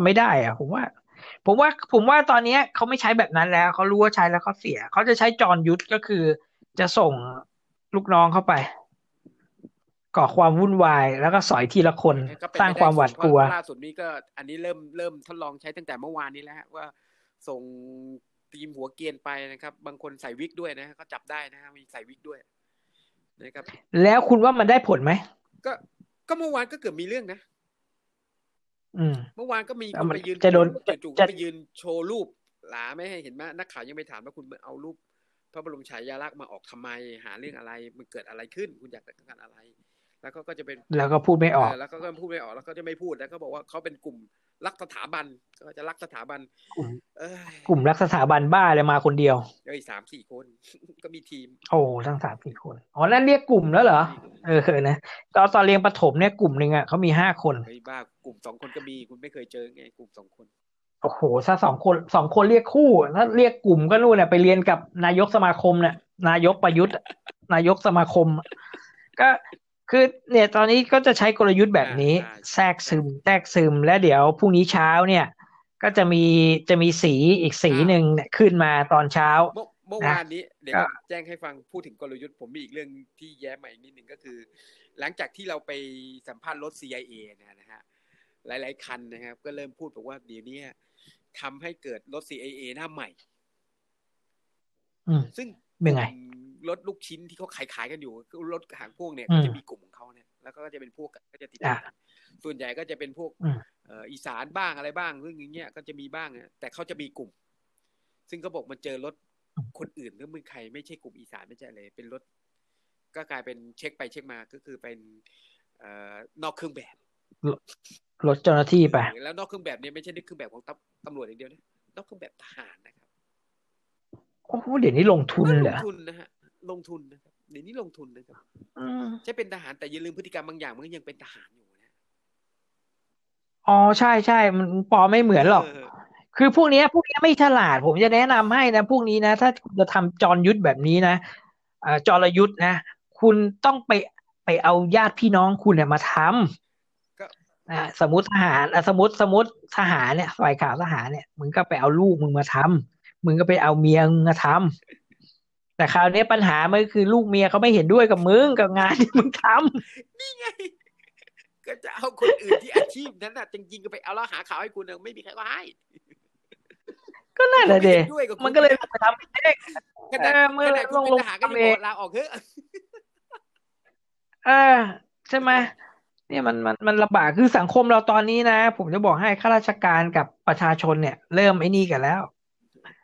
ตอนนี้เขาไม่ใช้แบบนั้นแล้วเขารู้ว่าใช้แล้วเขาเสียเขาจะใช้จรยุทธก็คือจะส่งลูกน้องเข้าไปก่อความวุ่นวายแล้วก็สอยทีละคนสร้างความหวาดกลัวล่าสุดนี้ก็อันนี้เริ่มทดลองใช้ตั้งแต่เมื่อวานนี้แล้วว่าส่งทีมหัวเกรียนไปนะครับบางคนใส่วิกด้วยนะก็จับได้นะมีใส่วิกด้วยนะครับแล้วคุณว่ามันได้ผลไหมก็เมื่อวานก็เกือบมีเรื่องนะเมื่อวานก็มีคนไปยืนจู่ๆไปยืนโชว์รูปหลาไม่ให้เห็นไหมนักข่าวยังไปถามว่าคุณเอารูปพระบรมฉายาลักษณ์มาออกทำไมหาเรื่องอะไรมันเกิดอะไรขึ้นคุณอยากต้องการอะไรแล้วก็จะเป็นแล้วก็พูดไม่ออกแล้วก็พูดไม่ออกแล้วก็จะไม่พูดแล้วก็บอกว่าเขาเป็นกลุ่มรักสถาบันก็จะรักสถาบันกลุ่มรักสถาบันบ้าเลยมาคนเดียว 3-4 คนก็มีทีมโอ้ทั้ง3-4 คนอ๋อนั่นเรียกกลุ่มแล้วเหรอนะตอนเรียนประถมเนี่ยกลุ่มนึงอ่ะเขามี5 คนเฮ้ยบ้ากลุ่ม2 คนก็มีคุณไม่เคยเจอไงกลุ่ม2 คนโอ้โหถ้า2 คนเรียกคู่ถ้าเรียกกลุ่มก็นู่นเนี่ยไปเรียนกับนายกสมาคมเนี่ยนายกประยุทธ์นายกสมาคมก็คือเนี่ยตอนนี้ก็จะใช้กลยุทธ์แบบนี้แทรกซึมและเดี๋ยวพรุ่งนี้เช้าเนี่ยก็จะมีสีอีกสีหนึ่งเนี่ยขึ้นมาตอนเช้าเมื่อวานนี้เดี๋ยวแจ้งให้ฟังพูดถึงกลยุทธ์ผมมีอีกเรื่องที่แย้มใหม่นิดนึงก็คือหลังจากที่เราไปสัมภาษณ์รถ CIA นะฮะหลายๆคันนะครับก็เริ่มพูดบอกว่าเดี๋ยวนี้ทำให้เกิดรถ CIA หน้าใหม่ซึ่งเป็นไงรถลูกชิ้นที่เขาขายกันอยู่รถหางพ่วงเนี่ยจะมีกลุ่มของเขาเนี่ยแล้วก็จะเป็นพวกก็จะติดส่วนใหญ่ก็จะเป็นพวกอีสานบ้างอะไรบ้างเรื่องอย่างเงี้ยก็จะมีบ้างแต่เขาจะมีกลุ่มซึ่งเขาบอกมันเจอรถคนอื่นหรือมึงใครไม่ใช่กลุ่มอีสานไม่ใช่อะไรเป็นรถก็กลายเป็นเช็คไปเช็คมาก็คือเป็นนอกเครื่องแบบรถเจ้าหน้าที่ไปแล้วนอกเครื่องแบบนี้ไม่ใช่เครื่องแบบของตำรวจอย่างเดียวนะนอกเครื่องแบบทหารนะครับโอ้เดี๋ยวนี้ลงทุนเหรอลงทุนนะฮะลงทุนนะครับเดี๋ยวนี้ลงทุนนะครับใช่เป็นทหารแต่อย่าลืมพฤติกรรมบางอย่างมันก็ยังเป็นทหารอยู่นะอ๋อใช่มันปอไม่เหมือนหรอกคือพวกนี้ไม่ฉลาดผมจะแนะนำให้นะพวกนี้นะถ้าคุณจะทำจรยุทธแบบนี้นะจรยุทธนะคุณต้องไปเอาญาติพี่น้องคุณเนี่ยมาทำสมมติทหารสมมติทหารเนี่ยฝ่ายข่าวทหารเนี่ยมึงก็ไปเอาลูกมึงมาทำมึงก็ไปเอาเมียมึงมาทำแต่คราวนี้ปัญหามันคือลูกเมียเขาไม่เห็นด้วยกับมึงกับงานที่มึงทำนี่ไงก็จะเอาคนอื่นที่อาชีพนั้นน่ะจริงๆก็ไปเอาแล้วหาข่าวให้คุณไม่มีใครก็ให้ก็นั่นแหละเด็มันก็เลยไปทำเองขนาดคุณเป็นทหารก็ยังบอกลาออกเถอะใช่ไหมเนี่ยมันลำบากคือสังคมเราตอนนี้นะผมจะบอกให้ข้าราชการกับประชาชนเนี่ยเริ่มไอ้นี่กันแล้ว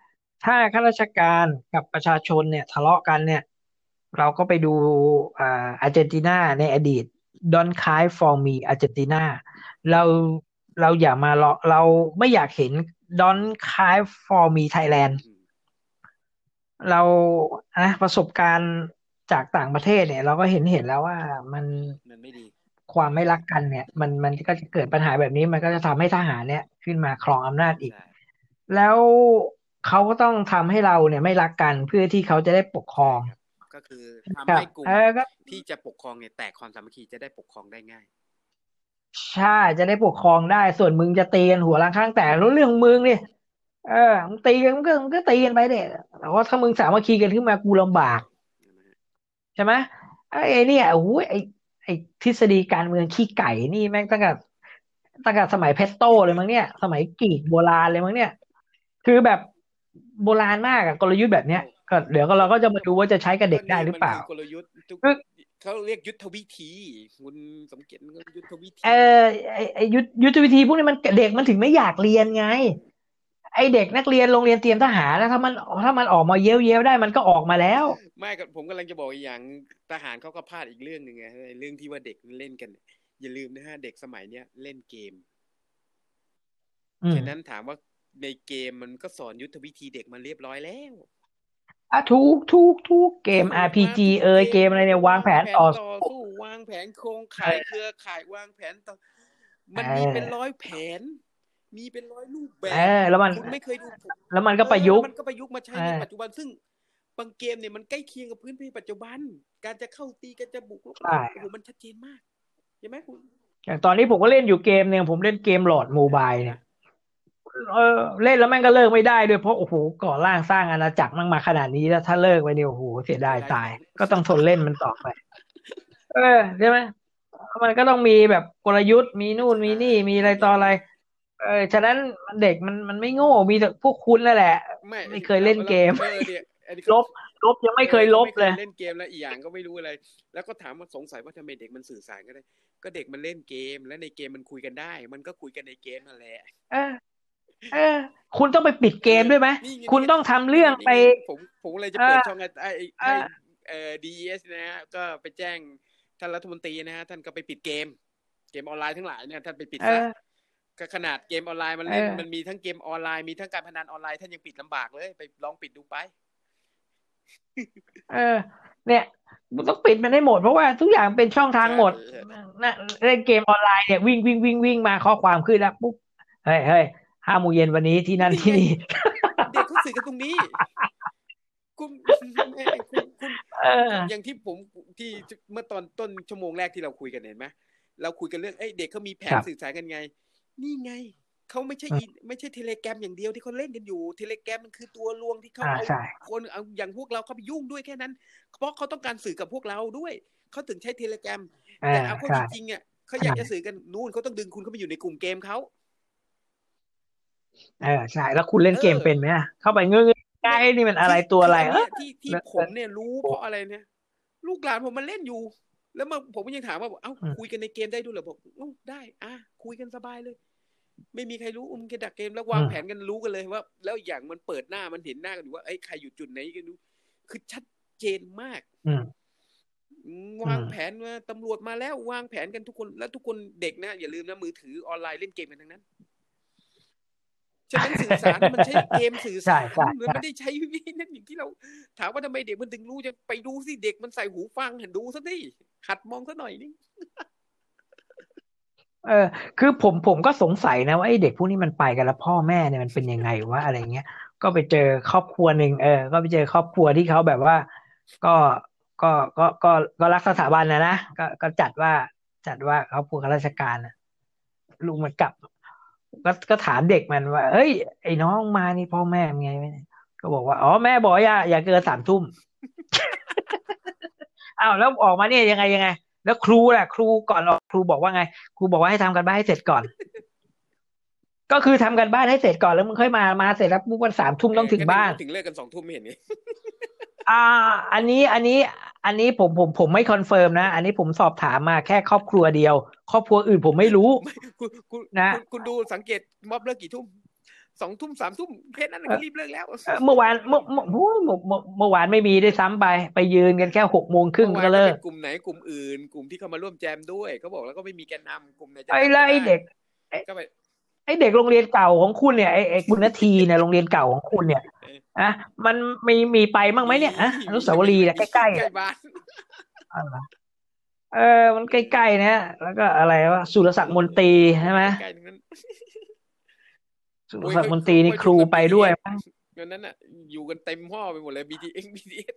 ถ้าข้าราชการกับประชาชนเนี่ยทะเลาะกันเนี่ยเราก็ไปดูอาร์เจนตินาในอดีต Don't cry for me อาร์เจนตินาเราเราอย่ามาเราไม่อยากเห็น Don't cry for me Thailand เราประสบการณ์จากต่างประเทศเนี่ยเราก็เห็นแล้วว่ามันไม่ดีความไม่รักกันเนี่ยมันก็จะเกิดปัญหาแบบนี้มันก็จะทำให้ทหารเนี่ยขึ้นมาครองอำนาจอีกแล้วเขาก็ต้องทำให้เราเนี่ยไม่รักกันเพื่อที่เขาจะได้ปกครองก็คือทำให้กลุ่มที่จะปกครองเนี่ยแตกความสามัคคีจะได้ปกครองได้ง่ายใช่จะได้ปกครองได้ส่วนมึงจะตีกันหัวล้างข้างแตกรู้เรื่องของมึงดิมึงตีกันมึงก็ตีกันไปเด็แต่ว่าถ้ามึงสามัคคีกันขึ้นมากูลำบากใช่ไหมไอ้เนี่ยโอ้โหไอ้ทฤษฎีการเมืองขี้ไก่นี่แม่งตั้งแต่สมัยเพสโต้เลยมั้งเนี่ยสมัยกรีกโบราณเลยมั้งเนี่ยคือแบบโบราณมากกลยุทธ์แบบเนี้ยก็เดี๋ยวเราก็จะมาดูว่าจะใช้กับเด็กได้หรือเปล่ากลยุทธ์เขาเรียกยุทธวิธีคุณสมเกียรติยุทธวิธีไอ้ยุทธวิธีพวกนี้มันเด็กมันถึงไม่อยากเรียนไงไอเด็กนักเรียนโรงเรียนเตรียมทหารนะถ้ามันออกมาเย้ยวได้มันก็ออกมาแล้วไม่ผมกำลังจะบอกอีกอย่างทหารเขาก็พลาดอีกเรื่องหนึ่งไงเรื่องที่ว่าเด็กเล่นกันอย่าลืมนะฮะเด็กสมัยเนี้ยเล่นเกมฉะนั้นถามว่าในเกมมันก็สอนยุทธวิธีเด็กมาเรียบร้อยแล้วทุกเกม RPG เกมอะไรเนี่ยวางแผนต่อสู้วางแผนโครงข่ายเครือข่ายวางแผนต่อมันมีเป็นร้อยแผนมีเป็นร้อยรูปแบบแล้วมันคุณไม่เคยดูแล้วมันก็ประยุกต์มาใช้ในปัจจุบันซึ่งบางเกมเนี่ยมันใกล้เคียงกับพื้นที่ปัจจุบันการจะเข้าตีการจะบุกโอ้โหมันชัดเจนมากใช่ไหมคุณอย่างตอนนี้ผมก็เล่นอยู่เกมนึงผมเล่นเกมหลอดโมบายเนี่ยเล่นแล้วแม่งก็เลิกไม่ได้ด้วยเพราะโอ้โหก่อร่างสร้างอาณาจักรมั่งมาขนาดนี้แล้วถ้าเลิกไปเนี่ยโอ้โหเสียดายตายก็ต้องทนเล่นมันต่อไปใช่ไหมมันก็ต้องมีแบบกลยุทธ์มีนู่นมีนี่มีอะไรต่ออะไรฉะนั้นเด็กมันไม่โง่มีแต่พวกคุณนั่นแหละไม่เคยเล่นเกมลบยังไม่เคยลบเลยเล่นเกมแล้วอีกอย่างก็ไม่รู้อะไรแล้วก็ถามว่าสงสัยว่าทำไมเด็กมันสื่อสารกันได้ก็เด็กมันเล่นเกมแล้วในเกมมันคุยกันได้มันก็คุยกันในเกมนั่นแหละคุณต้องไปปิดเกมด้วยไหมคุณต้องทำเรื่องไปผมเลยจะเปิดช่องให้DES นะฮะก็ไปแจ้งท่านรัฐมนตรีนะฮะท่านก็ไปปิดเกมออนไลน์ทั้งหลายเนี่ยท่านไปปิดซะก็ขนาดเกมออนไลน์มันเล่นมันมีทั้งเกมออนไลน์มีทั้งการพนันออนไลน์ท่านยังปิดลำบากเลยไปลองปิดดูไปเนี่ยมันต้องปิดมันให้หมดเพราะว่าทุกอย่างเป็นช่องทางหมดนะเล่นเกมออนไลน์เนี่ยวิ่งมาข้อความขึ้นแล้วปุ๊บเฮ้ย5 โมงเย็นวันนี้ที่นั่นที่นี่เด็กเขาสื่อกันตรงนี้คุณอย่างที่ผมที่เมื่อตอนต้นชั่วโมงแรกที่เราคุยกันเห็นไหมเราคุยกันเรื่องเด็กเขามีแผนสื่อสารกันไงนี่ไงเขาไม่ใช่เทเลแกรมอย่างเดียวที่เขาเล่นกันอยู่เทเลแกรมมันคือตัวลวงที่เขาเอาคนเอาอย่างพวกเราเข้าไปยุ่งด้วยแค่นั้นเพราะเขาต้องการสื่อกับพวกเราด้วยเขาถึงใช้เทเลแกรมแต่เอาเข้าจริงๆอ่ะเขาอยากจะสื่อกันนู่นเขาต้องดึงคุณเข้าไปอยู่ในกลุ่มเกมเขาใช่แล้วคุณเล่นเกมเป็นไหมเข้าไปเงื้อใกล้นี่มันอะไรตัวอะไรที่ผมเนี่ยรู้เพราะอะไรเนี่ยลูกหลานผมมันเล่นอยู่แล้วผมก็ยังถามว่าเอ้าคุยกันในเกมได้ด้วยเหรอบอกได้คุยกันสบายเลยไม่มีใครรู้มึงแค่ดักเกมแล้ววางแผนกันรู้กันเลยว่าแล้วอย่างมันเปิดหน้ามันเห็นหน้ากันอยู่ว่าใครอยู่จุดไหนกันดูคือชัดเจนมากวางแผนว่าตำรวจมาแล้ววางแผนกันทุกคนแล้วทุกคนเด็กนะอย่าลืมนะมือถือออนไลน์เล่นเกมกันทั้งนั้นฉะนั้นสื่อสารมันใช้เกมสื่อสารมันไม่ได้ใช้วิธีนั้นอย่างที่เราถามว่าทำไมเด็กมันถึงรู้จะไปดูสิเด็กมันใส่หูฟังเห็นดูซะดิหัดมองซะหน่อยนึงคือผมก็สงสัยนะว่าไอ้เด็กพวกนี้มันไปกันแล้วพ่อแม่เนี่ยมันเป็นยังไงวะอะไรเงี้ยก็ไปเจอครอบครัวหนึ่งก็ไปเจอครอบครัวที่เขาแบบว่าก็ก็ก็รักสถาบันนะก็จัดว่าครอบครัวข้าราชการนะลูกมันกลับก็ถามเด็กมันว่าเฮ้ยไอ้น้องมานี่พ่อแม่ไงก็บอกว่าอ๋อแม่บอกอย่าเกิน3 ทุ่มอ้าวแล้วออกมาเนี่ยยังไงแล้วครูก่อนออกครูบอกว่าไงครูบอกว่าให้ทำกันบ้านให้เสร็จก่อนก็คือทำกันบ้านให้เสร็จก่อนแล้วมึงค่อยมาเสร็จแล้วปุ๊บวัน3 ทุ่มต้องถึงบ้านถึงเลิกกัน 2 ทุ่มไม่เห็นไงอันนี้ผมไม่คอนเฟิร์มนะอันนี้ผมสอบถามมาแค่ครอบครัวเดียวครอบครัวอื่นผมไม่รู้นะคุณดูสังเกตม็อบเลิกกี่ทุ่ม 2 ทุ่ม 3 ทุ่มแค่นั้นก็รีบเลิกแล้วเมื่อวานไม่มีด้วยซ้ำไปยืนกันแค่6:30ก็เลิกกลุ่มไหนกลุ่มอื่นกลุ่มที่เข้ามาร่วมแจมด้วยเขาบอกแล้วก็ไม่มีแกนนำกลุ่มไหนจะไอ้เด็กไอ้เด็กโรงเรียนเก่าของคุณเนี่ยไอ้คุณนาทีเนี่ยโรงเรียนเก่าของคุณเนี่ยมันมีไปบ้างไหมเนี่ยอนุสาวรีย์ใกล้ๆบ้านมันใกล้ๆนะแล้วก็อะไรวะสุรศักดิ์มนตรีใช่ไหมสุรศักดิ์มนตรีนี่ครูไปด้วยมั้งวันนั้นน่ะอยู่กันเต็มห้อไปหมดเลย BTS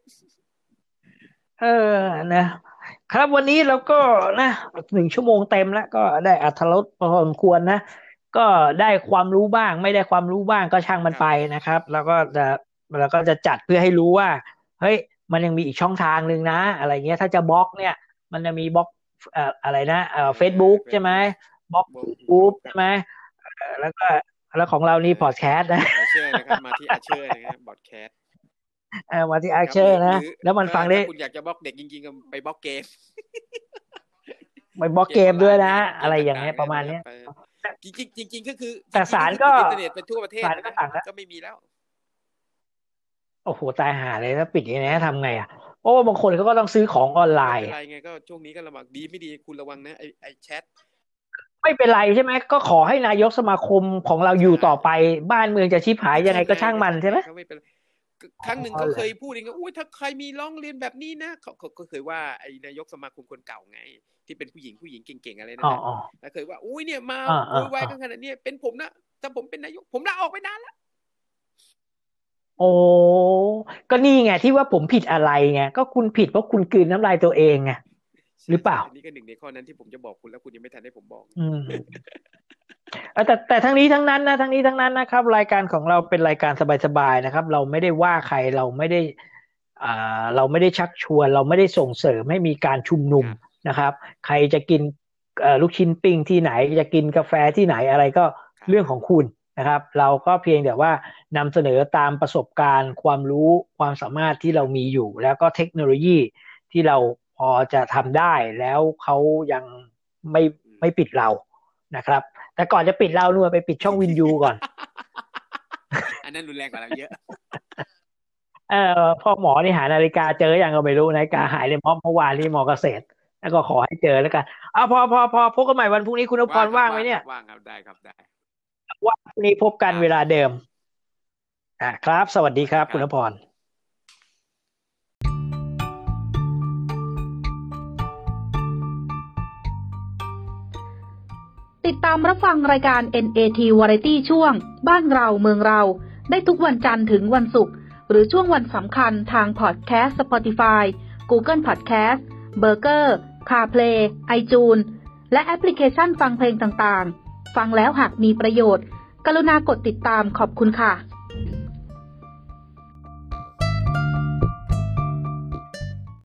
นะครับวันนี้เราก็นะ1 ชั่วโมงเต็มแล้วก็ได้อรรถรสพอสมควรนะก็ได้ความรู้บ้างไม่ได้ความรู้บ้างก็ช่างมันไปนะครับแล้วก็จะจัดเพื่อให้รู้ว่าเฮ้ยมันยังมีอีกช่องทางนึงนะอะไรเงี้ยถ้าจะบล็อกเนี่ยมันจะมีบล็อกอะไรนะFacebook ใช่ไหมบล็อก YouTube ใช่ไหมแล้วของเรานี่พอดแคสต์นะอาเชอร์นะครับมาที่อาเชอร์นะครับพอดแคสต์มาที่อาเชอร์นะแล้วมันฟังได้คุณอยากจะบล็อกเด็กจริงๆก็ไปบล็อกเกมไปบล็อกเกมด้วยนะอะไรอย่างเงี้ยประมาณนี้จริงก็คือแต่ศาลก็อินเทอร์เน็ตไปทั่วประเทศก็ไม่มีแล้วโอ้โหตายห่าเลยถ้าปิดอย่างนี้ทำไงอ่ะเพราะว่าบางคนเขาก็ต้องซื้อของออนไลน์อะไรไงก็ช่วงนี้ก็ระวังดีไม่ดีคุณระวังนะไอแชทไม่เป็นไรใช่ไหมก็ขอให้นายกสมาคมของเราอยู่ต่อไปบ้านเมืองจะชิบหายยังไงก็ช่างมันใช่ไหมครั้งหนึ่งเขาเคยพูดเองว่าอุ้ยถ้าใครมีร้องเรียนแบบนี้นะเขาเคยว่าไอ้นายกสมาคมคนเก่าไงที่เป็นผู้หญิงเก่งๆอะไรนั่นแหละแล้วเคยว่าอุ้ยเนี่ยมาโวยวายกันขนาดนี้เป็นผมนะถ้าผมเป็นนายกผมลาออกไปนานแล้วโอ้ก็นี่ไงที่ว่าผมผิดอะไรไงก็คุณผิดเพราะคุณกลืนน้ำลายตัวเองไงหรือเปล่านี่ก็หนึ่งในข้อนั้นที่ผมจะบอกคุณแล้วคุณยังไม่ทันให้ผมบอกแต่ทั้งนี้ทั้งนั้นนะครับรายการของเราเป็นรายการสบายๆนะครับเราไม่ได้ว่าใครเราไม่ได้ชักชวนเราไม่ได้ส่งเสริมให้มีการชุมนุมนะครับใครจะกินลูกชิ้นปิ้งที่ไหนจะกินกาแฟที่ไหนอะไรก็เรื่องของคุณนะครับเราก็เพียงแต่ว่านำเสนอตามประสบการณ์ความรู้ความสามารถที่เรามีอยู่แล้วก็เทคโนโลยีที่เราพอจะทำได้แล้วเขายังไม่ปิดเรานะครับแต่ก่อนจะปิดเราเนี่ยไปปิดช่องวินยูก่อนอันนั้นรุนแรงกว่าเราเยอะพ่อหมอนี่หานาฬิกาเจออย่างก็ไม่รู้นาฬิกาหายเลยเมื่อวานนี่หมอเกษตรแล้วก็ขอให้เจอแล้วกันพอพบกันใหม่วันพรุ่งนี้คุณนพพรว่างไหมเนี่ยว่างครับได้ครับได้วันพรุ่งนี้พบกันเวลาเดิมครับสวัสดีครับคุณนพพรติดตามรับฟังรายการ NAT Variety ช่วงบ้านเราเมืองเราได้ทุกวันจันทร์ถึงวันศุกร์หรือช่วงวันสำคัญทางพอดแคสต์ Spotify Google Podcast Breaker CarPlay iTunes และแอปพลิเคชันฟังเพลงต่างๆฟังแล้วหากมีประโยชน์กรุณากดติดตามขอบคุณค่ะ